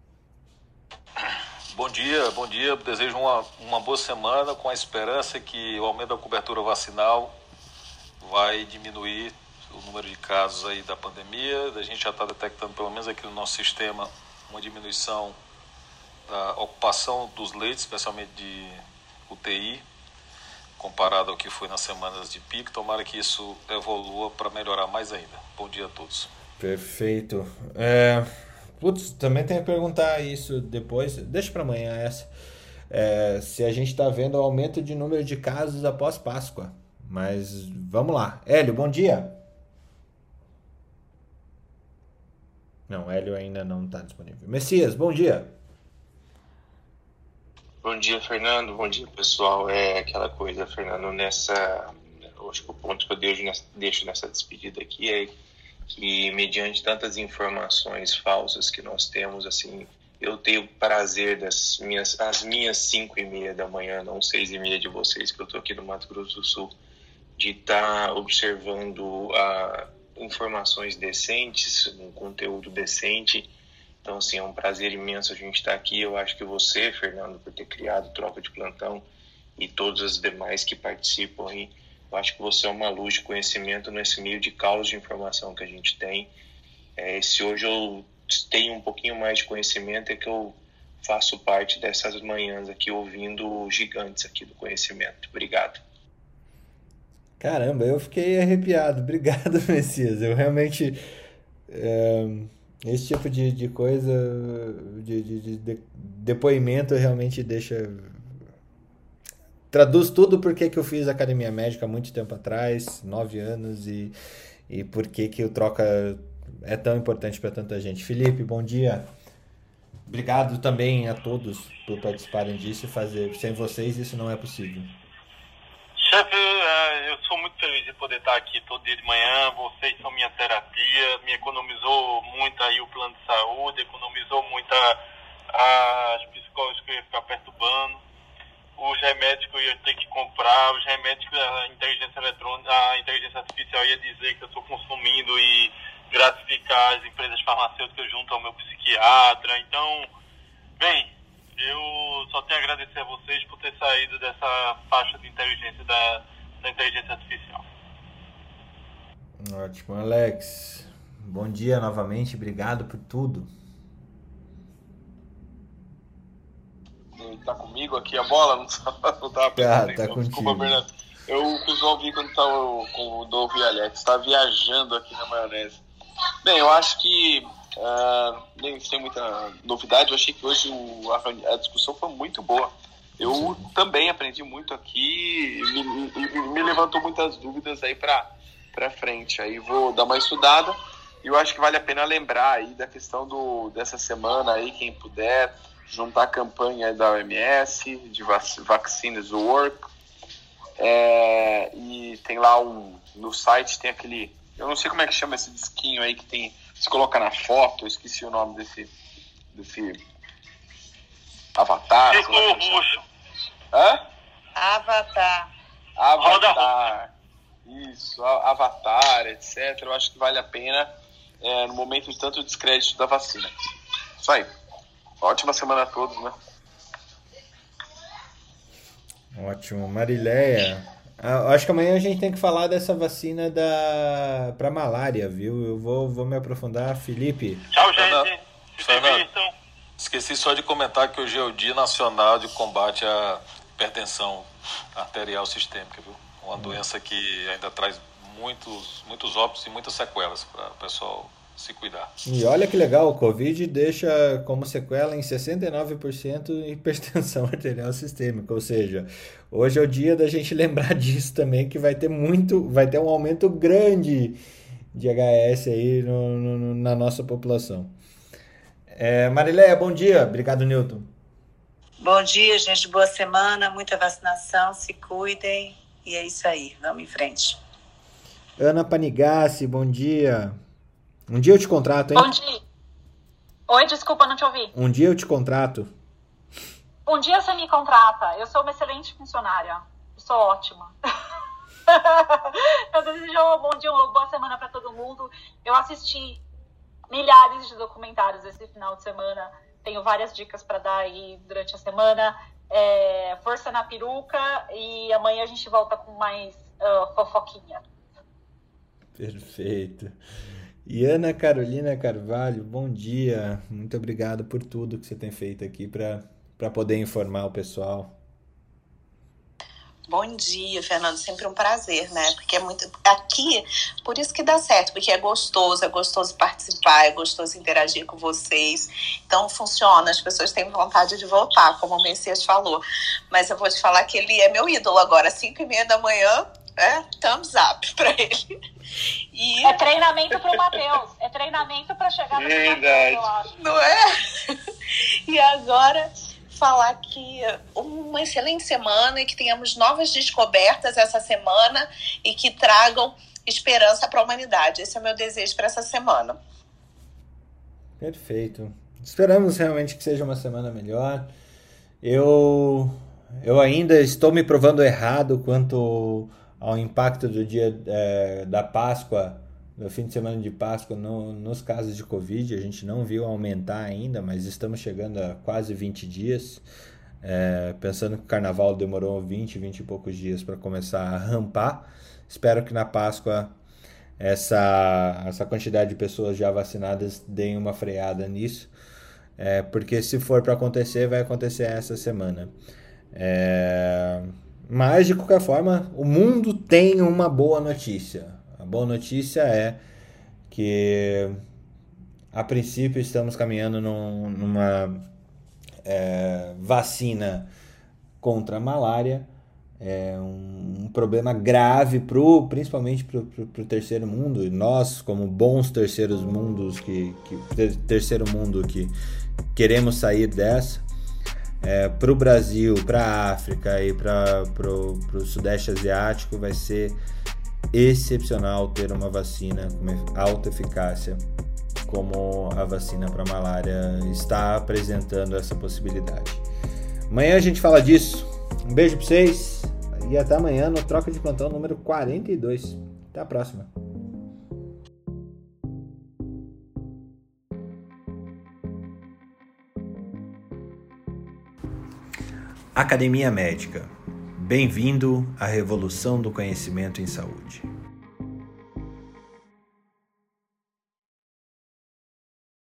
Bom dia, bom dia. Desejo uma, uma boa semana com a esperança que o aumento da cobertura vacinal vai diminuir o número de casos aí da pandemia. A gente já está detectando, pelo menos aqui no nosso sistema, uma diminuição da ocupação dos leitos, especialmente de U T I, comparado ao que foi nas semanas de pico. Tomara que isso evolua para melhorar mais ainda. Bom dia a todos. Perfeito. É, putz, também tem que perguntar isso depois, deixa para amanhã essa, é, se a gente está vendo o aumento de número de casos após Páscoa. Mas vamos lá. Hélio, bom dia. Não, Hélio ainda não está disponível. Messias, bom dia. Bom dia, Fernando. Bom dia, pessoal. É aquela coisa, Fernando, nessa... Eu acho que o ponto que eu deixo nessa, deixo nessa despedida aqui é que, mediante tantas informações falsas que nós temos, assim, eu tenho o prazer das minhas, as minhas cinco e meia da manhã, não seis e meia de vocês, que eu estou aqui no Mato Grosso do Sul, de estar tá observando a, informações decentes, um conteúdo decente. Então, assim, é um prazer imenso a gente estar aqui. Eu acho que você, Fernando, por ter criado Troca de Plantão e todos os demais que participam aí, eu acho que você é uma luz de conhecimento nesse meio de caos de informação que a gente tem. É, se hoje eu tenho um pouquinho mais de conhecimento, é que eu faço parte dessas manhãs aqui ouvindo gigantes aqui do conhecimento. Obrigado. Caramba, eu fiquei arrepiado. Obrigado, Messias. Eu realmente... É... Esse tipo de, de coisa, de, de, de, de depoimento realmente deixa... Traduz tudo porque que eu fiz academia médica há muito tempo atrás, nove anos, e, e por que que o Troca é tão importante para tanta gente. Felipe, bom dia. Obrigado também a todos por participarem disso e fazer. Sem vocês isso não é possível. Chefe, eu sou muito feliz de poder estar aqui todo dia de manhã. Vocês são minha terapia, me economizou muito aí o plano de saúde, economizou muito a, as psicólogos que eu ia ficar perturbando, os remédios que eu ia ter que comprar, os remédios que a inteligência eletrônica, a inteligência artificial ia dizer que eu estou consumindo e gratificar as empresas farmacêuticas junto ao meu psiquiatra. Então, bem, eu só tenho a agradecer a vocês por ter saído dessa faixa de inteligência da, da inteligência artificial. Ótimo, Alex. Bom dia novamente, obrigado por tudo. Tá comigo aqui a bola? Não tava, não tava pensando. Ah, tá então, contigo. Desculpa, Bernardo. Eu quis ouvir quando tava com o Dolph e Alex. Tá viajando aqui na maionese. Bem, eu acho que uh, nem tem muita novidade. Eu achei que hoje o, a, a discussão foi muito boa. Eu Sim. também aprendi muito aqui e me, me, me levantou muitas dúvidas aí pra, pra frente. Aí vou dar uma estudada. E eu acho que vale a pena lembrar aí da questão do, dessa semana aí, quem puder juntar a campanha da O M S, de vac- Vaccines Work, É, e tem lá um, no site tem aquele, eu não sei como é que chama esse disquinho aí que tem, se coloca na foto, eu esqueci o nome desse, desse avatar. Círculo roxo. Hã? Avatar. Avatar. Isso, avatar, etcétera. Eu acho que vale a pena é, no momento de tanto descrédito da vacina. Isso aí. Ótima semana a todos, né? Ótimo. Marileia, ah, acho que amanhã a gente tem que falar dessa vacina da para malária, viu? Eu vou, vou me aprofundar. Felipe. Tchau, gente. Se Fernando, divirtam. esqueci só de comentar que hoje é o Dia Nacional de Combate à Hipertensão Arterial Sistêmica, viu? Uma doença que ainda traz muitos, muitos óbitos e muitas sequelas para o pessoal se cuidar. E olha que legal, o Covid deixa como sequela em sessenta e nove por cento hipertensão arterial sistêmica, ou seja, hoje é o dia da gente lembrar disso também, que vai ter muito, vai ter um aumento grande de H S aí no, no, na nossa população. É, Marileia, bom dia. Obrigado, Newton. Bom dia, gente. Boa semana, muita vacinação, se cuidem. E é isso aí, vamos em frente. Ana Panigassi, bom dia. Um dia eu te contrato, hein? Bom dia. Oi, desculpa, não te ouvi. Um dia eu te contrato. Um dia você me contrata. Eu sou uma excelente funcionária. Eu sou ótima. Eu desejo um bom dia, uma boa semana para todo mundo. Eu assisti milhares de documentários esse final de semana. Tenho várias dicas para dar aí durante a semana. É, força na peruca e amanhã a gente volta com mais uh, fofoquinha. Perfeito. E Ana Carolina Carvalho, bom dia. Muito obrigado por tudo que você tem feito aqui para poder informar o pessoal. Bom dia, Fernando. Sempre um prazer, né? Porque é muito... Aqui, por isso que dá certo, porque é gostoso, é gostoso participar, é gostoso interagir com vocês. Então, funciona, as pessoas têm vontade de voltar, como o Messias falou. Mas eu vou te falar que ele é meu ídolo agora, cinco e meia da manhã, é thumbs up pra ele. E... É treinamento pro Matheus, é treinamento pra chegar no Matheus, eu acho. Não é? E agora... falar que uma excelente semana e que tenhamos novas descobertas essa semana e que tragam esperança para a humanidade. Esse é o meu desejo para essa semana. Perfeito. Esperamos realmente que seja uma semana melhor. Eu, eu ainda estou me provando errado quanto ao impacto do dia é, da Páscoa, no fim de semana de Páscoa, no, nos casos de Covid. A gente não viu aumentar ainda, mas estamos chegando a quase vinte dias. É, pensando que o Carnaval demorou vinte, vinte e poucos dias para começar a rampar. Espero que na Páscoa essa, essa quantidade de pessoas já vacinadas deem uma freada nisso. É, porque se for para acontecer, vai acontecer essa semana. É, mas, de qualquer forma, o mundo tem uma boa notícia. A boa notícia é que, a princípio, estamos caminhando num, numa é, vacina contra a malária. É um, um problema grave, pro, principalmente para o terceiro mundo. E nós, como bons terceiros mundos, que, que, terceiro mundo que queremos sair dessa, é, para o Brasil, para a África e para o Sudeste Asiático, vai ser excepcional ter uma vacina com alta eficácia como a vacina para malária está apresentando essa possibilidade. Amanhã a gente fala disso. Um beijo para vocês e até amanhã no Troca de Plantão número quarenta e dois. Até a próxima. Academia Médica. Bem-vindo à revolução do conhecimento em saúde.